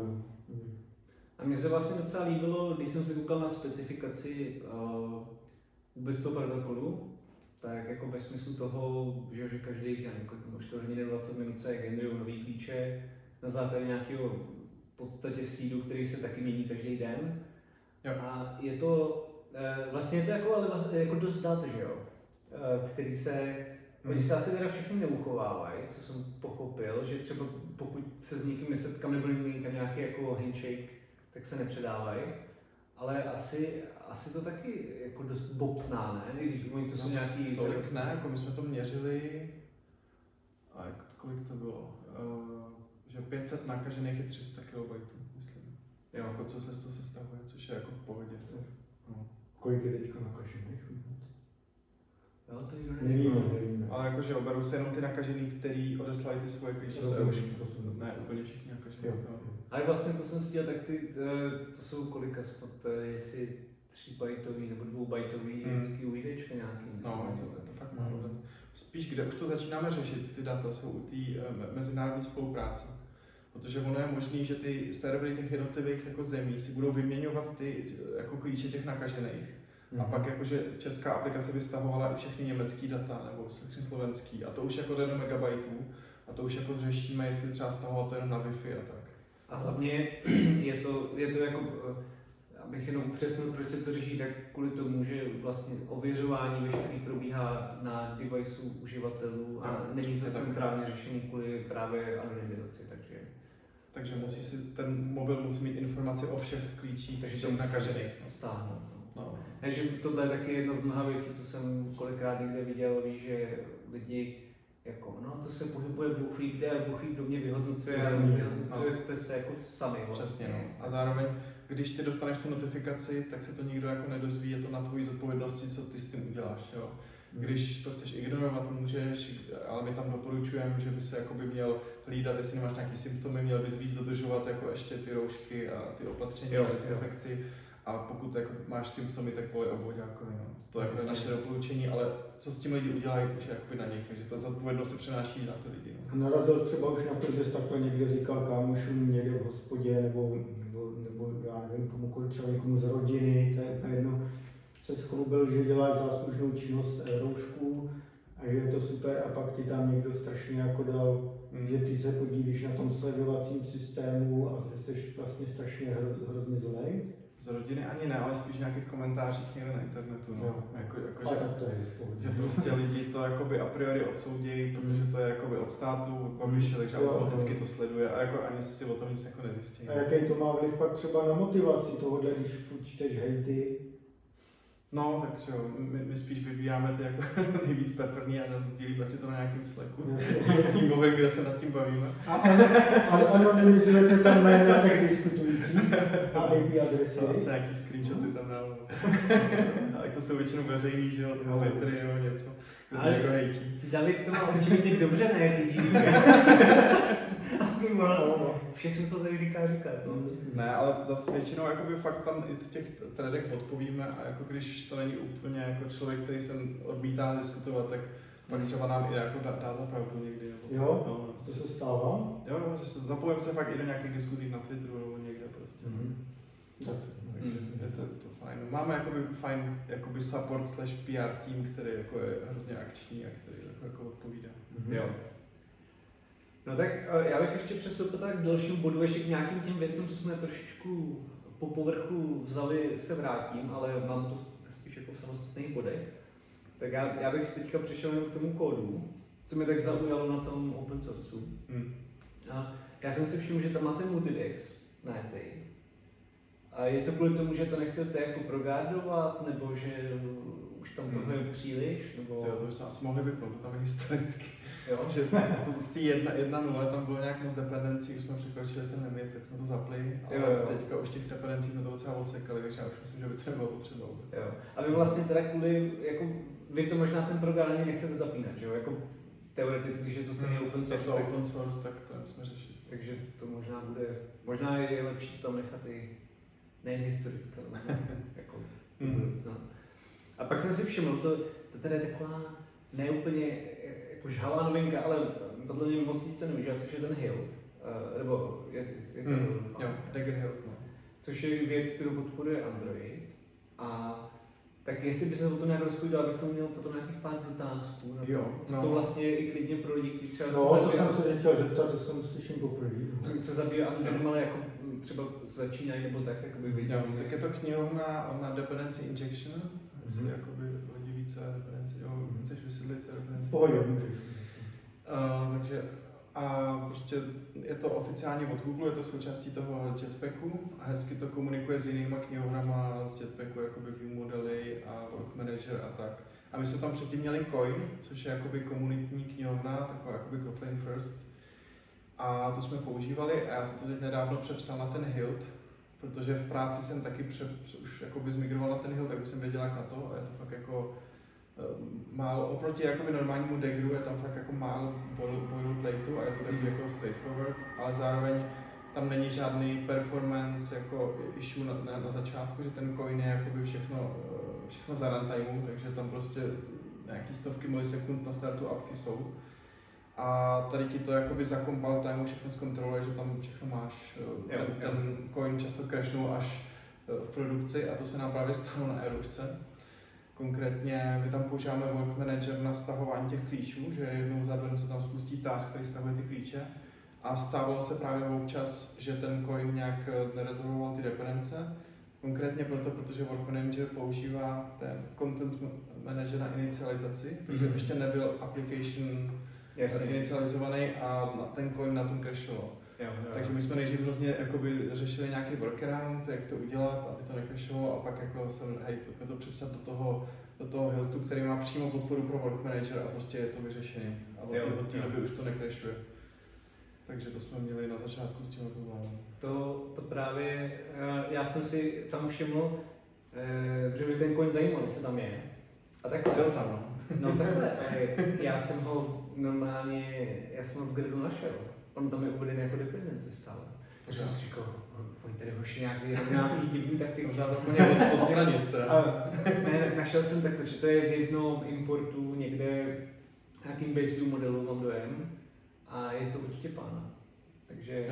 A mně se vlastně docela líbilo, když jsem se koukal na specifikaci vůbec toho protokolu, tak jako ve smyslu toho, že každých, já nevím, už to hodně 20 minut se generují nový klíče na základě nějakého v podstatě seedu, který se taky mění každý den. Jo. A je to, vlastně je to jako, ale jako dost dat, že jo, který se, oni se asi teda všichni neuchovávají, co jsem pochopil, že třeba pokud se s někým nesetkám nebo není tam nějaký jako handshake, tak se nepředávají. Ale asi to taky jako dost bobtná, ne? Když oni to jsou nějaký... Tolik ne, jako my jsme to měřili, a kolik to bylo? Že 500 nakažených je 300 KB, myslím. Jo, jako co se z toho sestavuje, což je jako v pohodě. No. Kolik je teďka nakažených? Jo, to nevíme. Ale jakože oberou se jenom ty nakažený, který odeslali ty svoje klíče z Erušky. Ne, úplně všichni nakažený. Ale vlastně to jsem si dělal, tak to jsou kolika snad, jestli 3 bajtový nebo 2 bajtový vždycky uvídečka nějaký. No, je to fakt málo dat. Spíš, kde už to začínáme řešit, ty data jsou u té mezinárodní spolupráce. Protože ono je možné, že ty servery těch jednotlivých jako zemí si budou vyměňovat ty jako klíče těch nakažených. A pak jakože česká aplikace by stahovala i všechny německý data nebo všechny slovenský a to už jako jde do megabajtů a to už jako řešíme, jestli třeba stahovat to jenom na Wi-Fi a tak. A hlavně je to jako, abych jenom upřesnil, proč se to řeší, tak kvůli tomu, že vlastně ověřování veškerý probíhá na deviceu uživatelů a není to centrálně řešený kvůli právě anonymizaci, takže ten mobil musí mít informace o všech klíčích, takže to nakažených. Stáhnout. No. Takže tohle je taky jedna z mnoha věcí, co jsem kolikrát někde viděl, víš, že lidi jako, no to se pohybuje Bůh ví kde, Bůh ví, kdo mě vyhodnocuje a vyhodnocujete se jako sami vlastně. Přesně, no. A zároveň, když ty dostaneš tu notifikaci, tak se to nikdo jako nedozví, je to na tvojí zodpovědnosti, co ty s tím uděláš, jo. Když to chceš ignorovat, můžeš, ale my tam doporučujeme, že by se jakoby měl hlídat, jestli nemáš nějaký symptomy, měl bys víc dodržovat jako ještě ty roušky a ty opatření a dezinfekci. A pokud jako máš symptomy, tak volej obvoďákovi. No. To je jako naše doporučení, ale co s tím lidi udělají, už je jakoby na nich, takže ta zodpovědnost se přenáší na ty lidi. No. A narazil třeba už na to, že jsi takhle někde říkal kámošům někde v hospodě, nebo já nevím, komukoliv, třeba někomu z rodiny, to je najednou se schlubil, že děláš záslužnou činnost roušku a že je to super a pak ti tam někdo strašně jako dal, že ty se podílíš na tom sledovacím systému a že jsi vlastně strašně hrozně zlej. Z rodiny ani ne, ale spíš v nějakých komentářích někde na internetu. No. Že prostě lidi to jakoby a priori odsoudějí, protože to je jakoby od státu, od Babiše, takže automaticky to sleduje a jako ani si o tom nic jako nezjistí. A jaký to má vliv pak třeba na motivaci tohohle, když čteš hejty? No, takže jo, my spíš vybíráme ty jako nejvíc peprný a sdílíme si to na nějakém Slacku týmovém, kde se nad tím bavíme. A anonymizujete tam jména těch diskutujících a IP adresy? To asi nějaký screenshoty tam dávám. Ale to jsou většinou veřejný, že jo, Twittery nebo něco, kde to jako hejtí. David to má určitě dobře na ty všechno, co tady říká. Ne, ale zase většinou jakoby fakt tam i v těch threadech odpovíme a jako když to není úplně jako člověk, který se odmítá diskutovat, tak pak třeba nám i jako dá za pravdu někdy. Jo, no. To se stává? Jo, že se zapojím se fakt i do nějakých diskuzí na Twitteru nebo někde prostě. Takže je to fajn. Máme jakoby fajn jakoby support / PR tým, který jako je hrozně akční a který jako odpovídá. Jo. No tak já bych ještě přestoupil tak k dalšímu bodu, ještě k nějakým těm věcem, co jsme trošičku po povrchu vzali, se vrátím, ale mám to spíš jako v samostatných bodech. Tak já bych teďka přišel jenom k tomu kódu, co mě tak zaujalo na tom open sourceu. A já jsem si všiml, že tam máte multidex na ETI. A je to kvůli tomu, že to nechcete jako progardovat, nebo že už tam toho je příliš? Nebo... To bychom asi mohli vypnout, to tam je historicky. Jo? Že v té 1.0 tam bylo nějak moc dependencí, už jsme překročili ten limit, tak jsme to zapli, ale teďka už těch dependencí jsme to docela osekali, takže já už myslím, že by to nebylo potřeba vůbec. Jo. A vy vlastně teda kvůli, jako vy to možná ten program nechcete zapínat, že jo? Jako teoreticky, že to stejně open source. Je to open source, tak to musíme řešit. Takže to možná je lepší to tam nechat i nejen historické, ale jako znát. A pak jsem si všiml, to tady je taková neúplně jako žhavá novinka, ale podle mě moc to nevíš, což je ten Hilt, nebo je to jo, Dagger Hilt, no. Což je věc, kterou podporuje Android. A tak jestli by se o tom nějak rozpovídal, bych to měl potom nějakých pár dotázků. Co to vlastně je i klidně pro lidi, kteří třeba to jsem se chtěl zeptat, to jsem slyším poprvé. Co se zabývá Androidem, ale jako třeba začínají nebo tak, jakoby viděl. Tak je to knihovna na dependency injection, jestli jakoby hodí více dependency, jo, chceš vysvětlit se dependency. Pohodě, můžeš. Takže a prostě je to oficiálně od Google, je to součástí toho Jetpacku a hezky to komunikuje s jinýma knihovnama z Jetpacku, jakoby View modely a Work Manager a tak. A my jsme tam předtím měli Coin, což je jakoby komunitní knihovna, taková jakoby Kotlin First. A to jsme používali a já jsem to teď nedávno přepsal na ten Hilt, protože v práci jsem taky už jakoby zmigroval na ten Hilt, tak už jsem věděl jak na to a je to fakt jako málo, oproti jakoby normálnímu Daggeru je tam fakt jako málo boilerplateu a je to takový jako straightforward, ale zároveň tam není žádný performance jako issue na začátku, že ten coin je jakoby všechno za runtimeu, takže tam prostě nějaký stovky milisekund na startu apky jsou. A tady ti to jakoby za compile timeu všechno zkontroluje, že tam všechno máš. Ten coin často crashnul až v produkci a to se nám právě stalo na Erušce. Konkrétně my tam používáme Work Manager na stahování těch klíčů, že jednou za den se tam spustí task, který stahuje ty klíče. A stávalo se právě občas, že ten coin nějak nerezolvoval ty dependence. Konkrétně protože Work Manager používá ten Content Manager na inicializaci, takže ještě nebyl application inicializovaný a ten coin na tom crashoval. Takže my jsme nejdřív hrozně řešili nějaký workaround, jak to udělat, aby to necrashovalo, a pak jako jsem, hej, pojďme to přepsat do toho Hiltu, který má přímo podporu pro Work Manager, a prostě je to vyřešené. A od té doby už to necrashuje. Takže to jsme měli na začátku s tím problémem. To právě, já jsem si tam všiml, že mě ten coin zajímal, jestli tam je. A takhle. Byl tam, no. No takhle, já jsem ho v gridu našel. On tam je uvedený jako dependence stále. Takže jsem si říkal, oni tady hoši nějaký divný taktiky. Možná to úplně odstranit teda. Ne, našel jsem takhle, že to je v jednom importu někde nějakým base view modelu, mám dojem. A je to určitě pána. Takže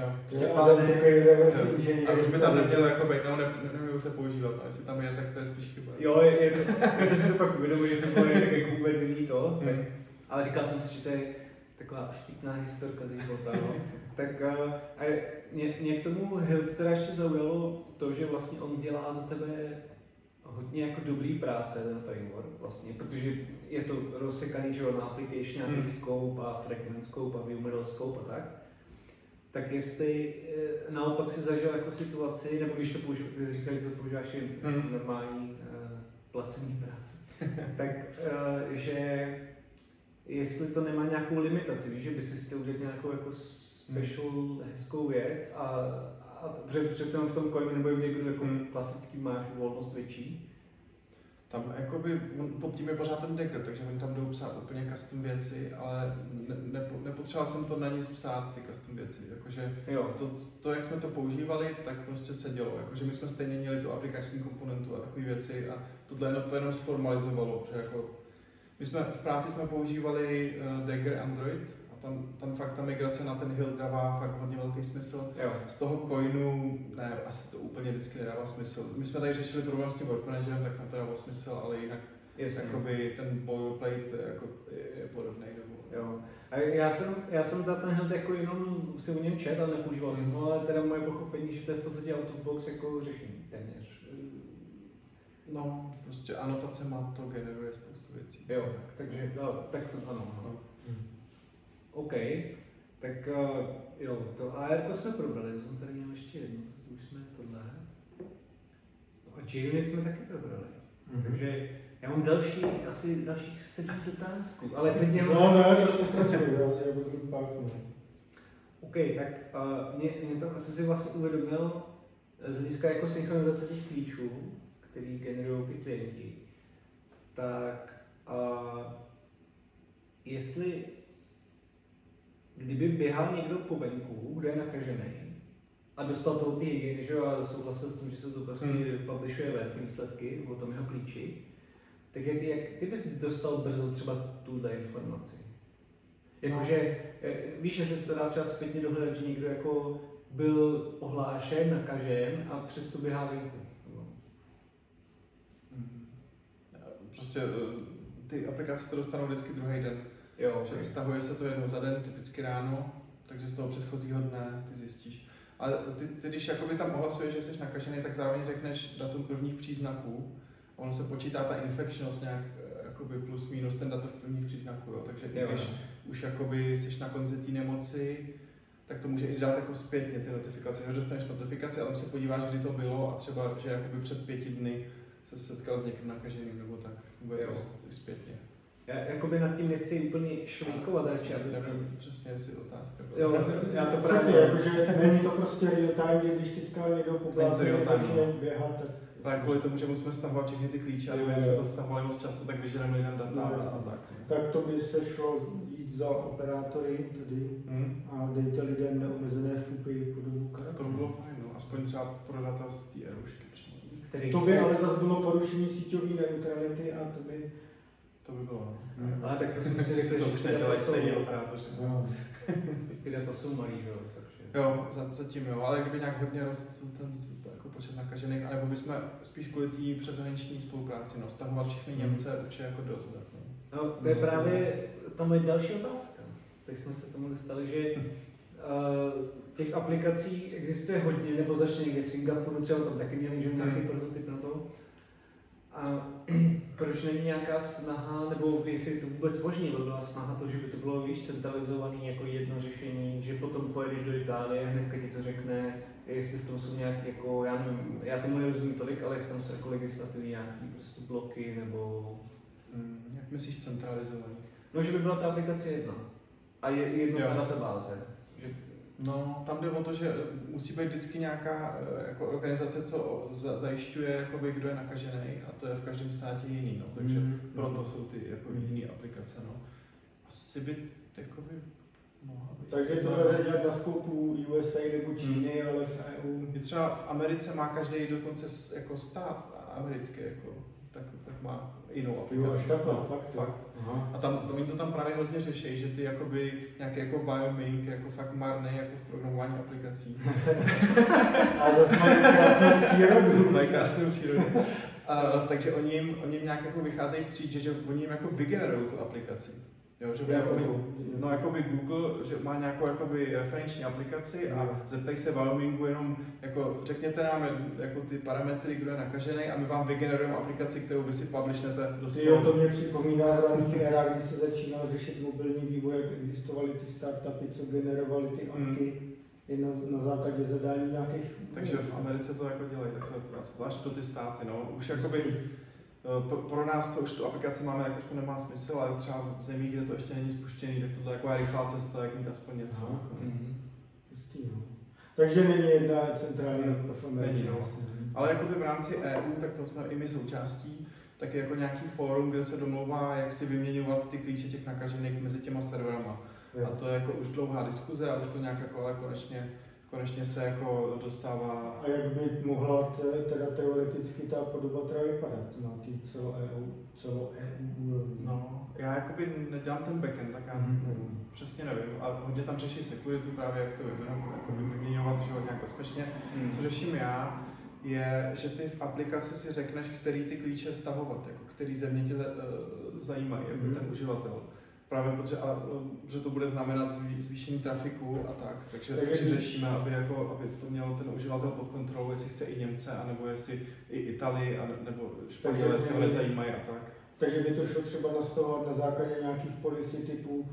a už by tam neměl jako background, neměl se používat, a jestli tam je, tak to je spíš chyba. Jo, já jsem si to pak uvědomil, že to bylo tak jako uvedený to, tak, ale říkal jsem si, že to je taková vtipná historka ze života, no. Tak a mě k tomu Hilt teda ještě zaujalo to, že vlastně on dělá za tebe hodně jako dobrý práce, ten framework vlastně, protože je to rozsekaný, že na application, nějaký scope a fragment scope a view model scope a tak jestli naopak si zažil jako situaci, nebo když to používáš, ty jsi říkal, že to používáš jen normální placení práce, tak že jestli to nemá nějakou limitaci, víš, že by si chtěl udělat nějakou jako special hezkou věc a přece v tom coinu nebo v někdo jako klasický máš volnost větší. Tam jakoby, pod tím je pořád ten Dagger, takže oni tam jdou psát úplně custom věci, ale nepotřeboval jsem to na nic psát, ty custom věci. Jakože to, jak jsme to používali, tak prostě se dělo. Jakože my jsme stejně měli tu aplikační komponentu a takové věci a to jenom sformalizovalo. Že jako, my jsme v práci jsme používali Dagger Android a tam fakt ta migrace na ten Hilt dává fakt hodně velký smysl. Z toho coinu, ne, asi to úplně vždycky nedává smysl. My jsme tady řešili problém s tím Work Managerem, tak tam to dává smysl, ale jinak jakoby ten boilerplate je podobný. Jo. A já jsem za ten Hilt jako jenom si o něm čet, ale nepoužíval jsem ho, ale teda moje pochopení, že to je v podstatě out of box jako řešení téměř. No, prostě anotace má to generuje spoustu věcí. Jo, takže tak jsem ano. OK, tak jo, to AR jsme probrali, to jsem tady měl ještě jedno, to už jsme tohle. A JUnit jsme taky probrali, takže já mám dalších 7 dotázků, ale klidně OK, tak mě tam asi si vlastně uvědomil z hlediska jako synchronizace těch klíčů, který generují ty klienti, tak jestli kdyby běhal někdo po venku, kdo je nakažený a dostal toho ty hygieny, že jo, a souhlasil s tím, že se to prostě publishuje ven, ty výsledky o tom jeho klíči, tak jak ty bys dostal brzo třeba tuhle informaci? Jakože, víš, že se to dá třeba zpětně dohledat, že někdo jako byl ohlášen, nakažen a přesto běhá venku. Prostě ty aplikace to dostanou vždycky druhý den. Jo, že stahuje se to jednou za den, typicky ráno, takže z toho předchozího dne ty zjistíš. Ale ty když jakoby tam ohlasuješ, že jsi nakažený, tak zároveň řekneš datum prvních příznaků. Ono se počítá ta infekčnost nějak jakoby plus minus ten datum prvních příznaků, jo. Takže ty když už jakoby jsi na konci té nemoci, tak to může i dát jako zpětně ty notifikace. Že dostaneš notifikaci a tam se podíváš, kdy to bylo a třeba, že jakoby před 5 dny se setkal s někým nakaženým nebo tak, bude to zpětně. Já jakoby nad tím nechci úplně švejkovat radši, aby nevím, přesně si otázka. Jo, já to přesně, jakože není to prostě real time, že když teďka někdo poblázně začne běhat, tak... Tak kvůli tomu, že musíme stavovat všechny ty klíče, ale když jsme to stavovali moc často, tak vyženeme lidem data a tak. Tak to by se šlo jít za operátory tady a dejte lidem neomezené FUPy po dobu karatu. To by bylo fajn, no. Aspoň třeba pro data z té erušky přímo. To by ale zase bylo porušení síťové neutrality a to by bylo, no. Ale tak to jsme si řekli, že už nedělají stejně operátoři. Ty data jsou malý, že jo, takže... Jo, zatím jo, ale kdyby nějak hodně rost ten jako počet nakažených, anebo bychom spíš kvůli té přeshraniční spolupráci, no, vztahovat všechny Němce určitě jako dost. No, to je právě ta moje další otázka. Teď jsme se tomu dostali, že těch aplikací existuje hodně, nebo začne někde v Singapuru, třeba tam taky měli, že nějaký prototyp na to. A proč není nějaká snaha, nebo jestli je to vůbec možné, byla snaha to, že by to bylo víc centralizované jako jedno řešení, že potom pojedeš do Itálie, hnedka ti to řekne, jestli v tom jsou nějaké, jako, já nevím, já tomu nerozumím tolik, ale jestli tam jsou jako legislativní nějaký prostě bloky, nebo... Jak myslíš centralizovaný? No, že by byla ta aplikace jedna. A jedna ta databáze. Že... No, tam jde o to, že musí být vždycky nějaká jako organizace, co zajišťuje, jakoby, kdo je nakažený, a to je v každém státě jiný, no. Takže proto jsou ty jako jiné aplikace, no. Asi by jakoby mohla být. Takže to jde nějak na skopu USA nebo Číny, ale v EU. I třeba v Americe má každý dokonce jako stát americký, jako, tak má jinou aplikaci. Fakt. A oni to tam právě hrozně řeší, že ty jakoby nějaký jako Wyoming, jako fakt marný jako v programování aplikací. A zase mají krásnou přírodu. Mají krásnou přírodu. Takže oni jim nějak jako vycházejí stříč, že oni jim jako vygenerují tu aplikaci. Jo, že jakoby Google, že má nějakou jakoby referenční aplikaci a zeptají se Wyomingu jenom, jako řekněte nám jako ty parametry, kdo je nakažený, a my vám vygenerujeme aplikaci, kterou vy si publishnete do toho. Jo, to mě připomíná v raných érách, kdy se začínal řešit mobilní vývoj, jak existovaly ty startupy, co generovaly ty apky na základě zadání nějakých... Takže v Americe to jako dělají takhle, zvlášť pro ty státy, no. Už jakoby pro nás, co už tu aplikaci máme, jako to nemá smysl, ale třeba v zemích, kde to ještě není spuštěný, tak tohle je taková rychlá cesta, jak mít aspoň něco. Takže není jedna centrální v Americe. Není, no. Ale jakoby v rámci EU, tak to jsme i my součástí, tak je jako nějaký fórum, kde se domlouvá, jak si vyměňovat ty klíče těch nakažených mezi těma serverama. A to je jako už dlouhá diskuze a už to nějak jako, ale konečně se jako dostává. A jak by mohla teda teoreticky ta podoba teda vypadat na té celo EU? No, já jakoby nedělám ten backend, tak já přesně nevím. A hodně tam řeší security právě, jak to jako vyměňovat, že nějak bezpečně. Co řeším já, je, že ty v aplikaci si řekneš, který ty klíče stahovat, jako který země tě zajímají, jako ten uživatel. Právě protože to bude znamenat zvýšení trafiku a tak. Takže řešíme, aby to měl ten uživatel pod kontrolou, jestli chce i Němce, anebo jestli i Italii, nebo Španělé se ho nezajímají a tak. Takže by to šlo třeba nastavovat na základě nějakých policy typu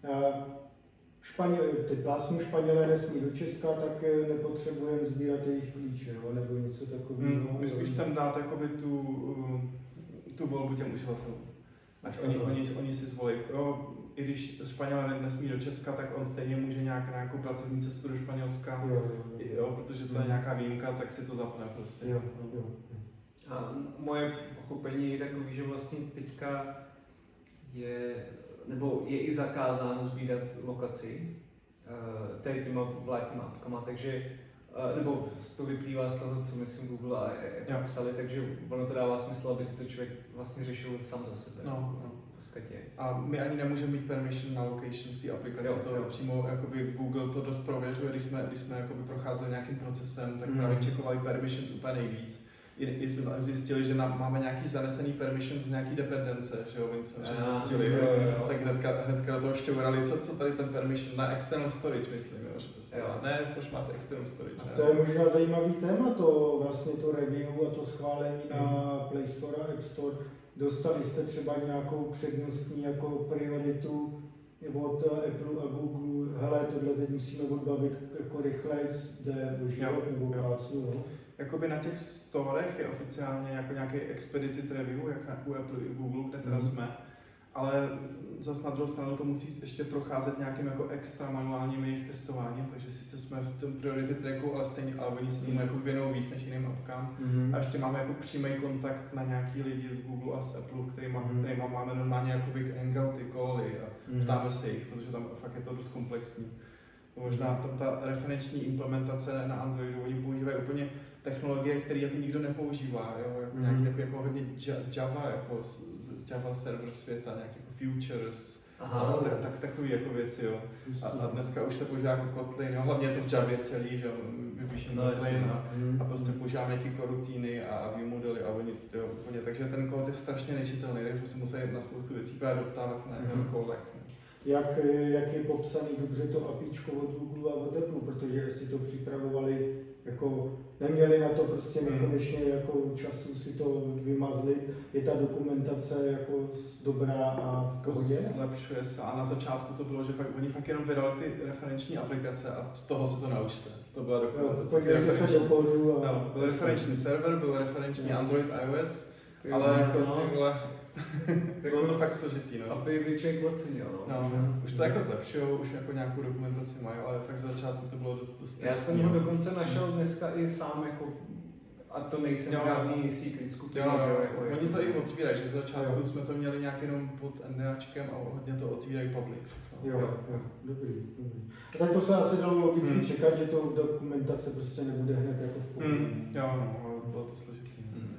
ty plásnu Španělé nesmí do Česka, tak nepotřebujeme sbírat jejich klíče, nebo něco takového. My spíš chceme dát jakoby tu volbu těm uživatelům. Ať oni si zvolí. Jo, i když Španělé nesmí do Česka, tak on stejně může nějakou pracovní cestu do Španělska, jo, protože to je nějaká výjimka, tak si to zapne prostě. Jo. A moje pochopení je takový, že vlastně teďka je i zakázáno sbírat lokaci tady těma vládníma apkama, takže nebo to vyplývá z toho, co myslím Google a Apple psali, takže ono to dává smysl, aby si to člověk vlastně řešil sám za sebe. No. A my ani nemůžeme mít permission na location v té aplikaci, přímo jakoby Google to dost prověřuje, když jsme jakoby procházeli nějakým procesem, tak právě checkovali permissions úplně nejvíc. I jsme tam zjistili, že máme nějaký zanesený permission z nějaký dependence, že jo, oni jsme zjistili, tak hnedka do toho šťourali, co tady ten permission na external storage, myslím, jo, že prostě, ne, proč máte external storage, ne? To je možná zajímavý téma, to review a to schválení na Play Store a App Store. Dostali jste třeba nějakou přednostní jako prioritu od Apple a Google, hele, tohle teď musíme odbavit jako rychleji, jde o život nebo práci, no? Jakoby na těch storech je oficiálně jako nějaký expedited review, jak u Apple i Google, kde teda jsme, ale zase na druhou stranu to musí ještě procházet nějakým jako extra manuálním jejich testováním, takže sice jsme v tom priority tracku, ale oni se tomu jako věnují víc než jiným apkám. A ještě máme jako přímý kontakt na nějaký lidi v Google a z Apple, kterýma máme normálně jakoby hangouty, cally a ptáme se jich, protože tam fakt je to dost komplexní. To možná tam ta referenční implementace na Androidu, oni používají úplně technologie, které jako nikdo nepoužívá, jo? Nějaký takový jako hodně Java, jako z Java server světa, nějaký jako futures, Aha, tak takový jako věci, jo. A dneska už se používá jako Kotlin, jo, hlavně je to v Javě celý, že jo, vypíšem Kotlin a prostě používám nějaký rutiny a view modely a oni, jo, úplně, takže ten kód je strašně nečitelný, takže jsme se museli na spoustu věcí právě doptávat na kódech. Jak je popsaný dobře to APIčko od Google a od Apple, protože si to připravovali, jako neměli na to prostě nekonečně jako času si to vymazlit, je ta dokumentace jako dobrá a v pohodě? Zlepšuje se a na začátku to bylo, že oni fakt jenom vydali ty referenční aplikace a z toho se to naučte. To byla dokumentace. Podívejte se do kódu a... No, byl referenční server, byl referenční Android, iOS, ale jako tyhle... Tak bylo to fakt složitý, no. Aby by člověk ocenil, no. Už to jako zlepšujou, už jako nějakou dokumentaci mají, ale fakt za začátku to bylo dost Já jsem ho dokonce našel dneska i sám, jako, a to nejsem žádný secret skupina. Oni to i otvírají, že za začátku jsme to měli nějak jenom pod NDAčkem a hodně to otvírají public. Jo, dobrý. A tak to se asi dalo logicky čekat, že to dokumentace prostě nebude hned jako v pohodě. Jo, bylo to složitý.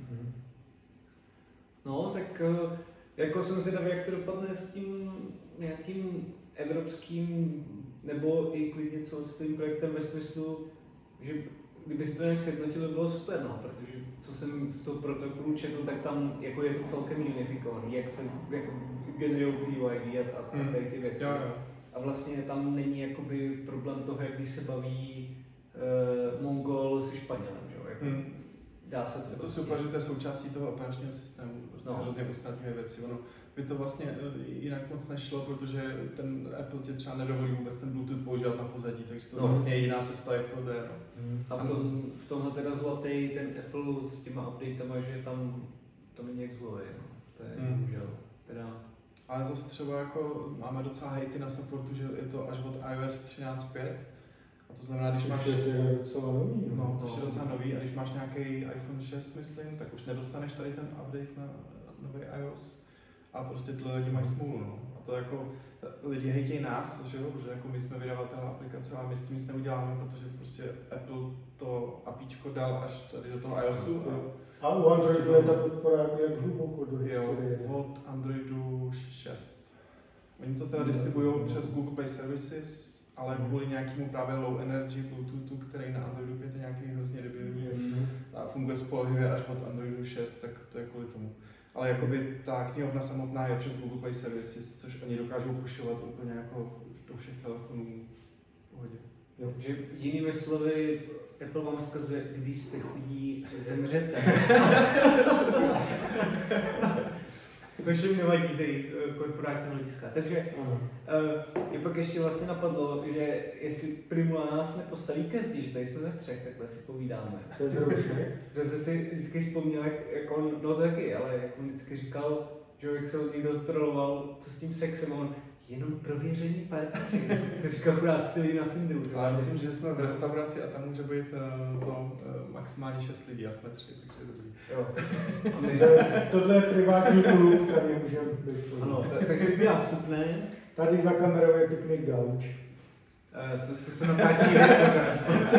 No, tak jako jsem zvědavý, jak to dopadne s tím nějakým evropským, nebo i klidně celosvětovým projektem ve smyslu, že kdyby se to nějak sjednotilo, bylo super, no, protože co jsem z toho protokolu četl, tak tam jako je to celkem unifikovaný, jak se jako generují UID a tady ty věci. Jo. A vlastně tam není jakoby problém toho, jak když se baví Mongol se Španělem, že jo? Jako, dá se to. Je to super, že to je součástí toho operačního systému, prostě hrozně usnadňuje věci. Ono by to vlastně jinak moc nešlo, protože ten Apple ti třeba nedovolí vůbec ten Bluetooth používat na pozadí, takže to vlastně je jiná cesta, jak to jde. No. A v tomhle teda zlatý ten Apple s těma updatama, že tam to není jak zlové, no. To je bohužel. Teda... Ale zase třeba jako máme docela hejty na supportu, že je to až od iOS 13.5. A to znamená, když máš... To je docela nový. No, což je docela nový, a když máš nějaký iPhone 6, myslím, tak už nedostaneš tady ten update na nový iOS. A prostě tyhle lidi mají smůlu, no. A to jako, lidi hejtějí nás, že jo, protože jako my jsme vydavatelé aplikace a my s tím nic neuděláme, protože prostě Apple to APIčko dal až tady do toho iOSu. A u Androidu je ta podpora jak hluboko do historie? Jo, od Androidu 6. Oni to teda distribuují přes Google Play Services, ale kvůli nějakému právě low energy Bluetoothu, který na Androidu 5 je nějaký hrozně debilní a funguje spolehlivě až od Androidu 6, tak to je kvůli tomu. Ale jakoby ta knihovna samotná je přes Google Play Services, což oni dokážou pushovat úplně jako do všech telefonů v pohodě. Takže jinými slovy, Apple vám vzkazuje, když jste chudí, zemřete. Což jim nevadí ze jejich korporátního hlediska. Takže mě pak ještě vlastně napadlo, že jestli Primula nás nepostaví ke zdi, že tady jsme ve třech, takhle si povídáme. To je zrušené. Že jsi si vždycky vzpomněl, jak on, no to taky, ale jak on vždycky říkal, že jak se od někdo troloval, co s tím sexem, on jenom prověření partneři. To říkal akorát styli na Tinderu. Ale myslím, že jsme v restauraci a tam může být to maximálně 6 lidí a jsme 3, takže dobrý. Jo. Tohle je privátní klub, tady můžeme být. Ano, tak si dělá vstupné. Tady za kamerou je pěkný gauč. To se natáčí pořád.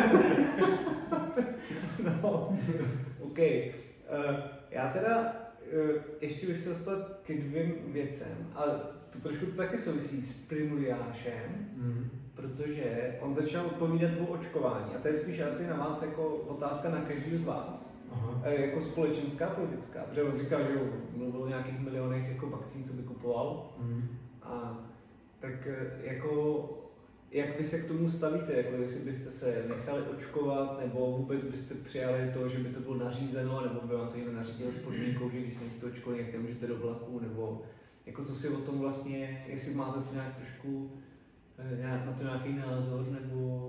No, OK. Já teda ještě bych se dostal ke 2 věcem, ale to trošku to taky souvisí s Primuliášem, protože on začal povídat o očkování a to je spíš asi na vás jako otázka na každého z vás. Jako společenská, politická, protože on říkal, že mluvil o nějakých milionech jako vakcín, co by kupoval. A tak jako, jak vy se k tomu stavíte, jako jestli byste se nechali očkovat, nebo vůbec byste přijali to, že by to bylo nařízeno, nebo by vám to někdo nařídil s podmínkou, že když nejste očkovaní, jak nemůžete do vlaku, nebo jako co si o tom vlastně, jestli máte to nějak trošku, na to nějaký názor, nebo...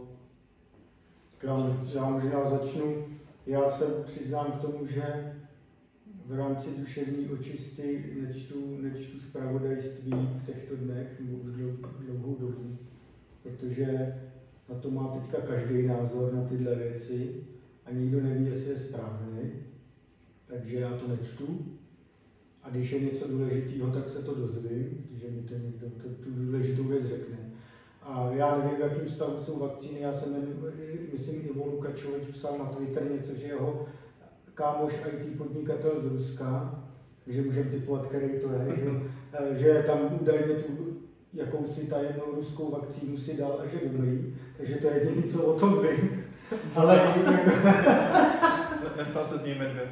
Já možná začnu. Já se přiznám k tomu, že v rámci duševní očisty nečtu zpravodajství v těchto dnech, nebo už dlouhou dobu, protože na to má teďka každý názor na tyhle věci a nikdo neví, jestli je správný, takže já to nečtu. A když je něco důležitého, tak se to dozvím, protože mi to někdo tu důležitou věc řekne. A já nevím, v jakém stavu jsou vakcíny, já jsem myslím, Ivo Lukačovič psal na Twitter něco, že jeho kámoš IT podnikatel z Ruska, že můžeme typovat, který to je, že tam údajně tu jakousi tajemnou ruskou vakcínu si dal a že dobrý, takže to je jediné, co o tom vím. Ale jako... Nestal se z něj medvěd.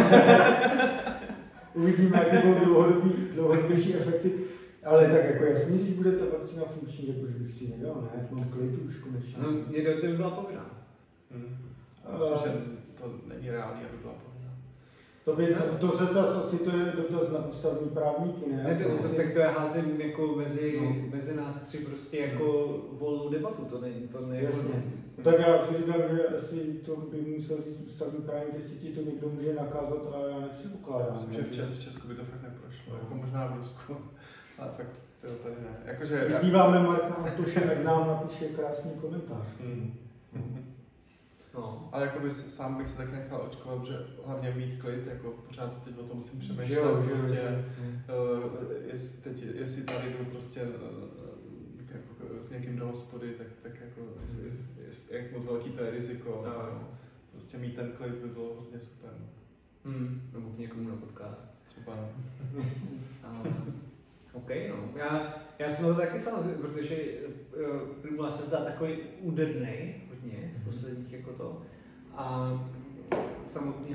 Uvidíme, jaké budou dlouhodobější efekty. Ale tak jako jasně, když bude ta vakcína funkční, tak už bych si ji nedal, ne? Mám klidu už konečně. No, mě do toho byla povinná. Myslím, že to není reálný, aby byla povinná. To se asi to je dotaz na ústavní právníky, ne? Tak to já házím jako mezi nás tři prostě jako volnou debatu, to není Jasně. Tak já si říkám, že asi to by musel říct ústavní právník, jestli ti to někdo může nakázat a já nepředpokládám. Myslím, že v Česku by to fakt neprošlo, jako možná v Rusku, ale fakt to tady ne. Jakože... Vyzýváme Marka Antoše, ať nám napíše krásný komentář. No. Ale jakoby sám bych se tak nechal očkovat, že hlavně mít klid, jako pořád teď o tom musím přemýšlet, jestli tady jdu prostě jako s někým do hospody, tak jako jak moc velký to je riziko, prostě mít ten klid by bylo hrozně super. Nebo k někomu na podcast. Třeba no. OK, no. Já jsem to taky samozřejmě, protože Primula se zdá takový úderný hodně z posledních jako to. A samotně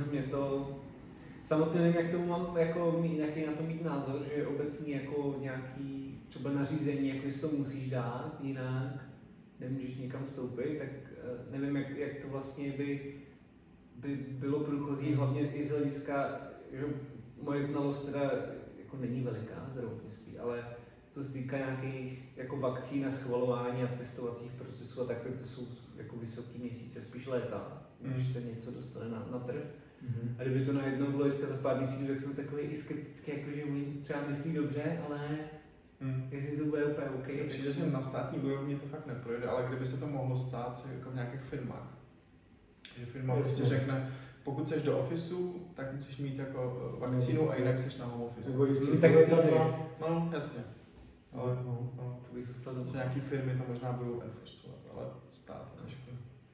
nevím, jak tomu mám jako nějaký na to mít názor, že obecně jako nějaký třeba nařízení, jako jestli to musíš dát, jinak nemůžeš nikam vstoupit, tak nevím, jak to vlastně by bylo průchozí, hlavně i z hlediska, že moje znalost teda jako není veliká zdravotnictví, ale co se týká nějakých jako vakcín a schvalování a testovacích procesů, a tak to jsou jako vysoký měsíce, spíš léta, když se něco dostane na trh. A kdyby to najednou bylo teďka za pár měsíců, tak jsem takový i skeptický, jakože oni to třeba myslí dobře, ale jestli to bude úplně OK. Přijde, že na státní úrovni to fakt neprojde, ale kdyby se to mohlo stát jako v nějakých firmách. Že firma prostě řekne, pokud jsi do ofisu, tak musíš mít jako vakcínu a jinak jsi na home office. No, jasně. Ale to bych dostal že nějaký firmy to možná budou enforcovat, ale stát trošku.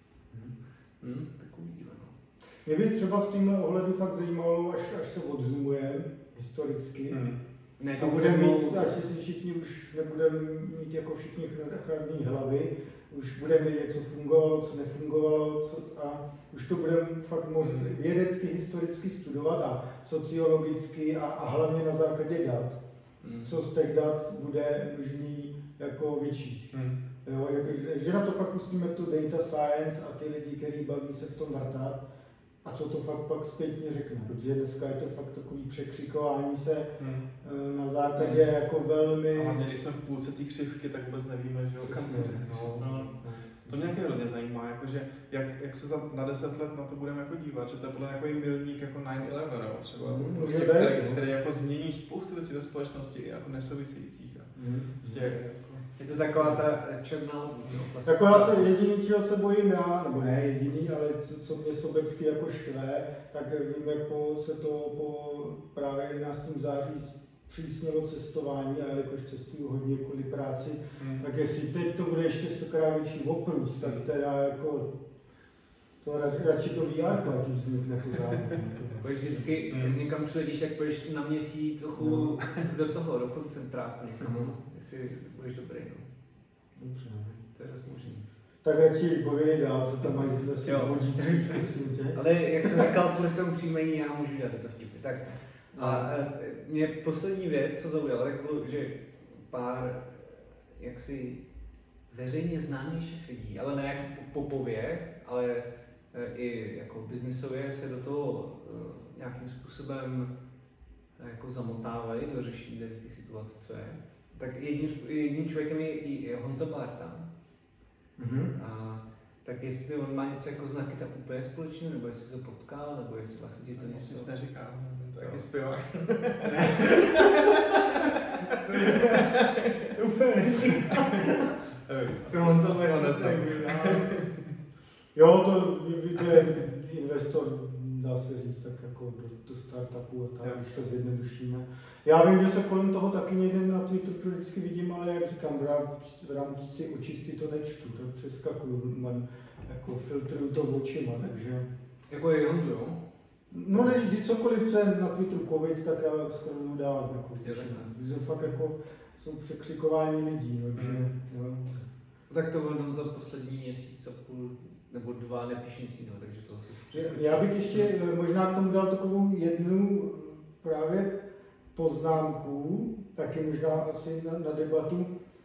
Tak uvidíme. No. Mě by třeba v tomhle ohledu pak zajímalo, až se odzoomujeme historicky. Ne, to bude mít, až si všichni už nebudeme mít jako všichni chladné hlavy, už budeme vědět, co fungovalo, co nefungovalo, a už to budeme fakt moct vědecky, historicky studovat a sociologicky a hlavně na základě dat. Co z těch dat bude možný jako vyčíst. Jo, že na to fakt pustíme tu data science a ty lidi, kteří baví se v tom vrtat, a co to fakt pak zpětně řekne, protože dneska je to fakt takový překřikování se na základě jako velmi... A hlavně, když jsme v půlce té křivky, tak vůbec nevíme, že jo, kam to mě nějaké hrozně zajímá, jakože jak se na 10 let na to budeme jako dívat, že to je podle takový milník jako 9/11 třeba, prostě, který jako změní spoustu věcí ve společnosti i jako nesouvisejících. Prostě jako... Je to taková ta černá jako já se jediný, čeho se bojím já, nebo ne jediný, ale co mě sobecky jako štve, tak vím, jak se to po právě 11. září přísnilo cestování, a jakož cestuju hodně kvůli práci, tak jestli teď to bude ještě 100krát větší oprus, tak teda jako to radši to VR, ať už vznikne pořádně. Vždycky, když někam přiletíš, tak půjdeš na měsíc do koncentráku někam, jestli budeš dobrý. Dobře. To je dost možný. Tak radši povědej dál, co tam mají zase vodící. Ale jak jsem říkal, kvůli svému příjmení, já můžu dělat to vtipy. Tak a mě poslední věc, co zaujala, tak bylo, že pár jaksi veřejně známějších lidí, ale ne jako popově, ale i jako biznisově se do toho nějakým způsobem jako zamotávají do řešení té situace, co je. Tak jedním člověkem je i Honza Bárta. A tak jestli on má něco jako znaky tak úplně společné, nebo jestli se potkal, nebo jestli vlastně ti to něco... Nic neříká, to je taky zpěvák. To úplně není. To Honza Bárta neznám. Jo, to je investor, dá se říct, tak jako do startupu a tak, když to zjednodušíme. Já vím, že se kolem toho taky někde na Twitteru vždycky vidím, ale jak říkám, v rámci očisty to nečtu, to přeskakuju, jako filtruju to očima, takže... Jako je Honzo, jo? No než vždy cokoliv, co je na Twitteru covid, tak já skoro dávám. Jako, fakt jako jsou překřikování lidí, takže jo. Tak to on za poslední měsíc a půl nebo 2 nepíše nic jiného, takže to asi... Já bych ještě možná k tomu dal takovou jednu právě poznámku, taky možná asi na debatu.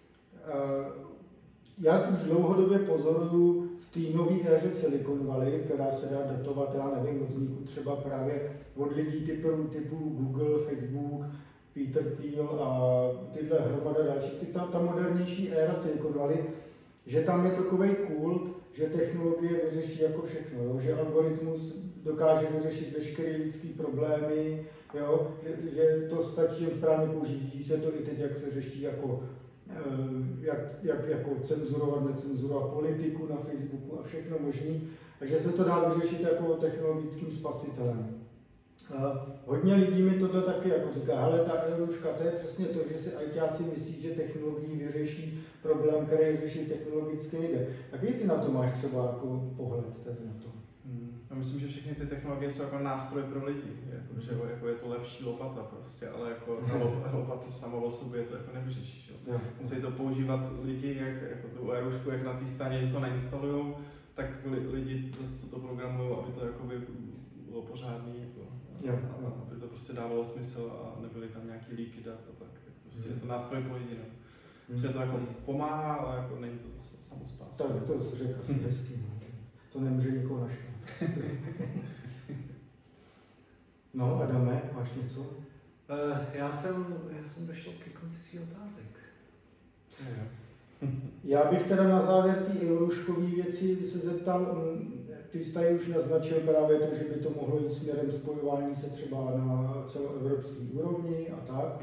Já už dlouhodobě pozoruju v té nové éře Silicon Valley, která se dá datovat, já nevím, od vzniku třeba právě od lidí typu Google, Facebook, Peter Thiel a tyhle hromada dalších, ta modernější éra Silicon Valley, že tam je takový kult, že technologie vyřeší jako všechno, jo? Že algoritmus dokáže vyřešit veškeré lidské problémy, jo? Že to stačí správně použít. Vidí se to i teď, jak se řeší jako, jak jako cenzurovat, necenzurovat politiku na Facebooku a všechno možné, a že se to dá vyřešit jako technologickým spasitelem. Hodně lidí mi tohle taky jako říká, hele, ta Euruška, to je přesně to, že si ajťáci myslí, že technologií vyřeší problém, který řeší technologicky jde. Jaký ty na to máš třeba jako pohled tady na to? Já myslím, že všechny ty technologie jsou jako nástroj pro lidi, jako, že jako je to lepší lopata prostě, ale jako ta lopata sama o sobě to jako nevyřeší. Musí to používat lidi, jako tu Eurušku, jak na té straně, že to nainstalujou, tak lidi, co to programují, aby to jakoby bylo pořádný, jako, aby to prostě dávalo smysl a nebyly tam nějaký leaky dat a tak prostě je to nástroj pro lidi. No. Že to jako pomáhá, ale jako není to samospás. Tak to se řekl asi hezky. To nemůže nikoho naštvat. No, Adame, máš něco? Já jsem došel ke konci svých otázek. Já bych teda na závěr té euruškové věci se zeptal, ty jsi tady už naznačil právě to, že by to mohlo jít směrem spojování se třeba na celoevropské úrovni a tak.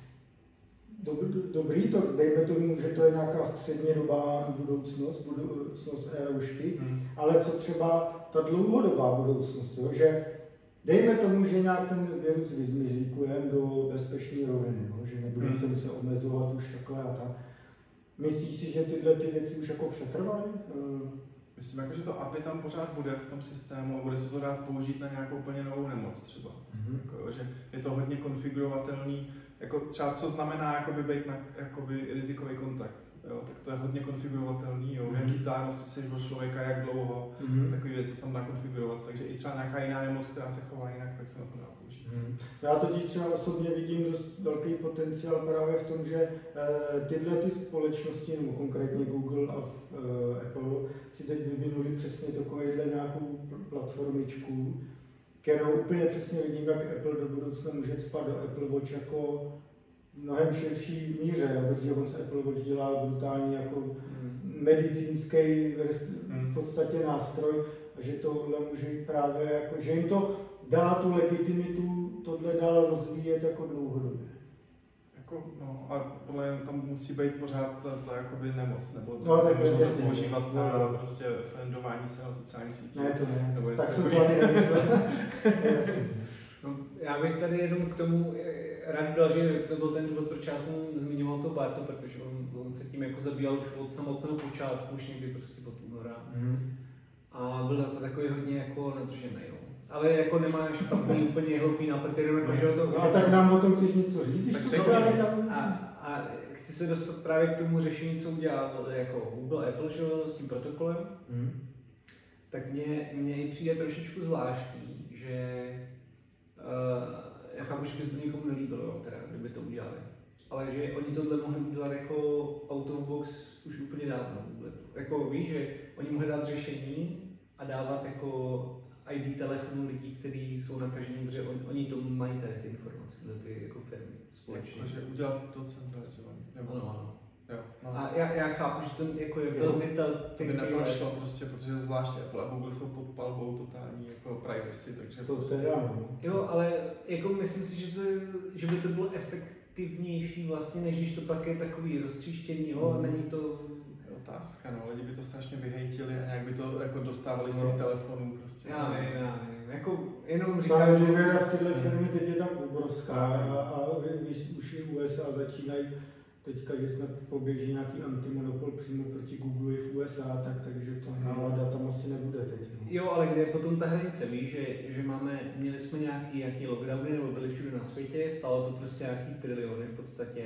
Dobrý, to dejme tomu, že to je nějaká střednědobá budoucnost eurušky, ale co třeba ta dlouhodobá budoucnost, jo? Že dejme tomu, že nějak ten virus vyzmizíkujeme do bezpečné roviny, jo? Že nebudeme se muset omezovat už takhle a tak. Myslíš si, že tyhle ty věci už jako přetrvaly? Myslím, jako, že to API tam pořád bude v tom systému a bude se to dát použít na nějakou úplně novou nemoc třeba. Jako, že je to hodně konfigurovatelný, jako třeba co znamená jakoby být na jakoby rizikový kontakt. Jo, tak to je hodně konfigurovatelný, jo, v jaký vzdálenosti jsi od člověka, jak dlouho, takové věci tam nakonfigurovat, takže i třeba nějaká jiná nemoc, která se chová jinak, tak se na to dá použít. Já totiž třeba osobně vidím dost velký potenciál právě v tom, že tyhle ty společnosti, nebo konkrétně Google a Apple, si teď vyvinuli přesně takovýhle nějakou platformičku, kterou úplně přesně vidím, jak Apple do budoucna může spát do Apple Watch jako mnohem širší míře, protože on se Apple Watch dělá brutálně jako medicínský v podstatě nástroj a že tohle může jít právě jako, že jim to dá tu legitimitu tohle dál rozvíjet jako dlouhodobě. Jako, no, a podle mě tam musí být pořád ta jakoby nemoc, nebo to můžeme to používat na prostě friendování se na sociálních sítích. Ne, to ne, nebo tak jsem to ani nemyslel. No, já bych tady jenom k tomu rád dal, že to byl ten důvod, proč já jsem zmiňoval to Barto, protože on se tím jako zabýval už od samotného počátku, už někdy prostě od února. A byl to takový hodně jako nadržený, jo. Ale jako nemáš takový úplně hloupý nápad, který jako, že to... No a tak nám o tom chceš něco říct, když to právě tam... A chci se dostat právě k tomu řešení, co udělal jako Google, Apple, že, s tím protokolem. Tak mně přijde trošičku zvláštní, že já chápu, že by se to nikomu nelíbilo, jo, teda, kdyby to udělali. Ale že oni tohle mohli udělat jako out of box už úplně dávno. Jako víš, že oni mohli dát řešení a dávat jako ID telefonu lidí, kteří jsou nakažení, protože oni to mají tady ty informace, ty jako firmy společně. Že udělat to centralizovaně. Ano. Jo, no. A já chápu, že to jako je velmi to by neprošlo prostě, protože zvláště Apple a Google jsou pod palbou totální jako privacy, takže to prostě... Jo, ale jako myslím si, že by to bylo efektivnější vlastně, než když to pak je takový roztříštění, jo, a není to... Otázka, no, lidi by to strašně vyhejtili a nějak by to jako dostávali z těch telefonů prostě. Já nevím, jako jenom říkám, říkám, že důvěra v tyhle firmy teď je tak obrovská a víš, už i USA začínají teďka, že jsme poběží nějaký antimonopol přímo proti Google v USA, takže to nálada tam asi nebude teď. No. Jo, ale kde je potom ta hranice, víš, že měli jsme nějaký lockdowny, nebo byli všude na světě, stálo to prostě nějaký triliony v podstatě,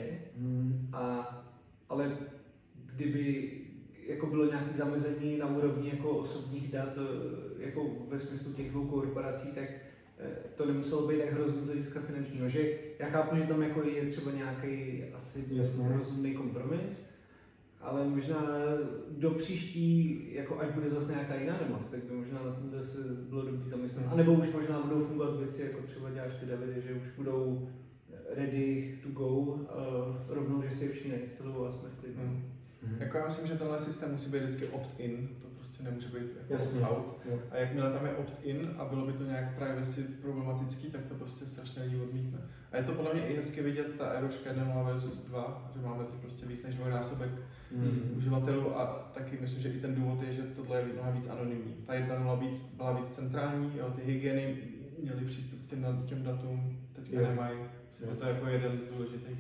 ale kdyby jako bylo nějaké zamezení na úrovni jako osobních dat, jako ve smyslu těch dvou korporací, tak to nemuselo být tak hrozný z hlediska finančního, že já chápu, že tam jako je třeba nějaký asi rozumný kompromis, ale možná do příští, jako až bude zase nějaká jiná nemoc, tak by možná na tomhle se bylo dobrý zamyslet. A nebo už možná budou fungovat věci, jako třeba děláš ty, Davide, že už budou ready to go, rovnou, že si je všichni nainstalují a jsme v klidu. Jako já myslím, že tenhle systém musí být vždycky opt-in, to prostě nemůže být jako opt-out. Jo. A jakmile tam je opt-in a bylo by to nějak privacy problematický, tak to prostě strašně lidí odmítne. A je to podle mě i hezky vidět, ta Aeroška 1.0 versus 2, že máme teď prostě víc než dvojnásobek uživatelů a taky myslím, že i ten důvod je, že tohle je mnohem víc anonymní. Ta 1.0 byla víc centrální, jo, ty hygieny měly přístup k těm datům, teďka nemají. Myslím, to je jako jeden z důležitých.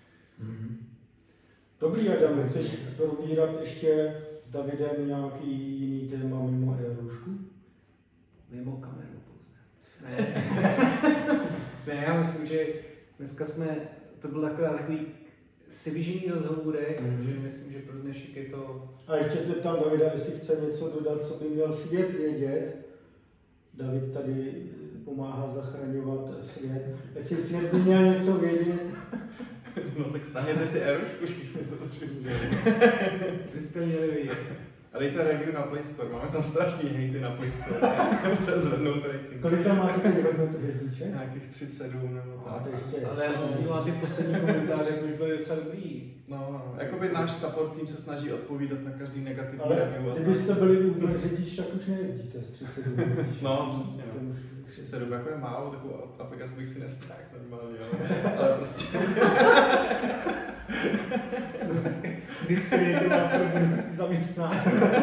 Dobrý, Adame, chceš probírat ještě s Davidem nějaký jiný téma mimo Aerošku? Mimo kameru pouze. Ne, já myslím, že dneska to byl takový svižený rozhovůrek, že myslím, že pro dnešek je to... A ještě se tam Davida, jestli chce něco dodat, co by měl svět vědět. David tady pomáhá zachraňovat svět. Jestli svět by měl něco vědět. No tak stáhněte si Aerošku, všichni se to čím. Byste měli vědět. A dejte review na Play Store, máme tam strašný hejty na Play Store. Třeba zvednout rating. Kolik tam máte ty hodnoty hvězdiček? Nějakých 3,7 nebo tak. To ještě. Ale já jsem si díval ty poslední komentáře, jak už byly docela dobrý. No, jakoby náš support tým se snaží odpovídat na každý negativní Ale review. kdybyste byli Uber řidič, tak už nejezdíte s 37 hvězdiček. No, přesně. To už 3,7 jako je málo, takovou aplikaci bych si nestáhl normálně, ale prostě... Diskredity na první zaměstnání.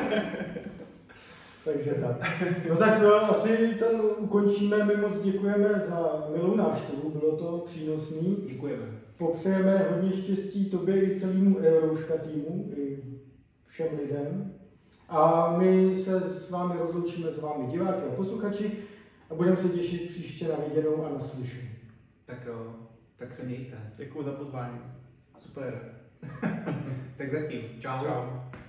Takže tak. No tak asi to ukončíme. My moc děkujeme za milou návštěvu, bylo to přínosný. Děkujeme. Popřejeme hodně štěstí tobě i celému Aeroška týmu, i všem lidem. A my se s vámi rozloučíme, s vámi diváky a posluchači a budeme se těšit příště na viděnou a naslyšenou. Tak jo, tak se mějte. Děkuju za pozvání. Super. Tak zatím. Čau. Čau.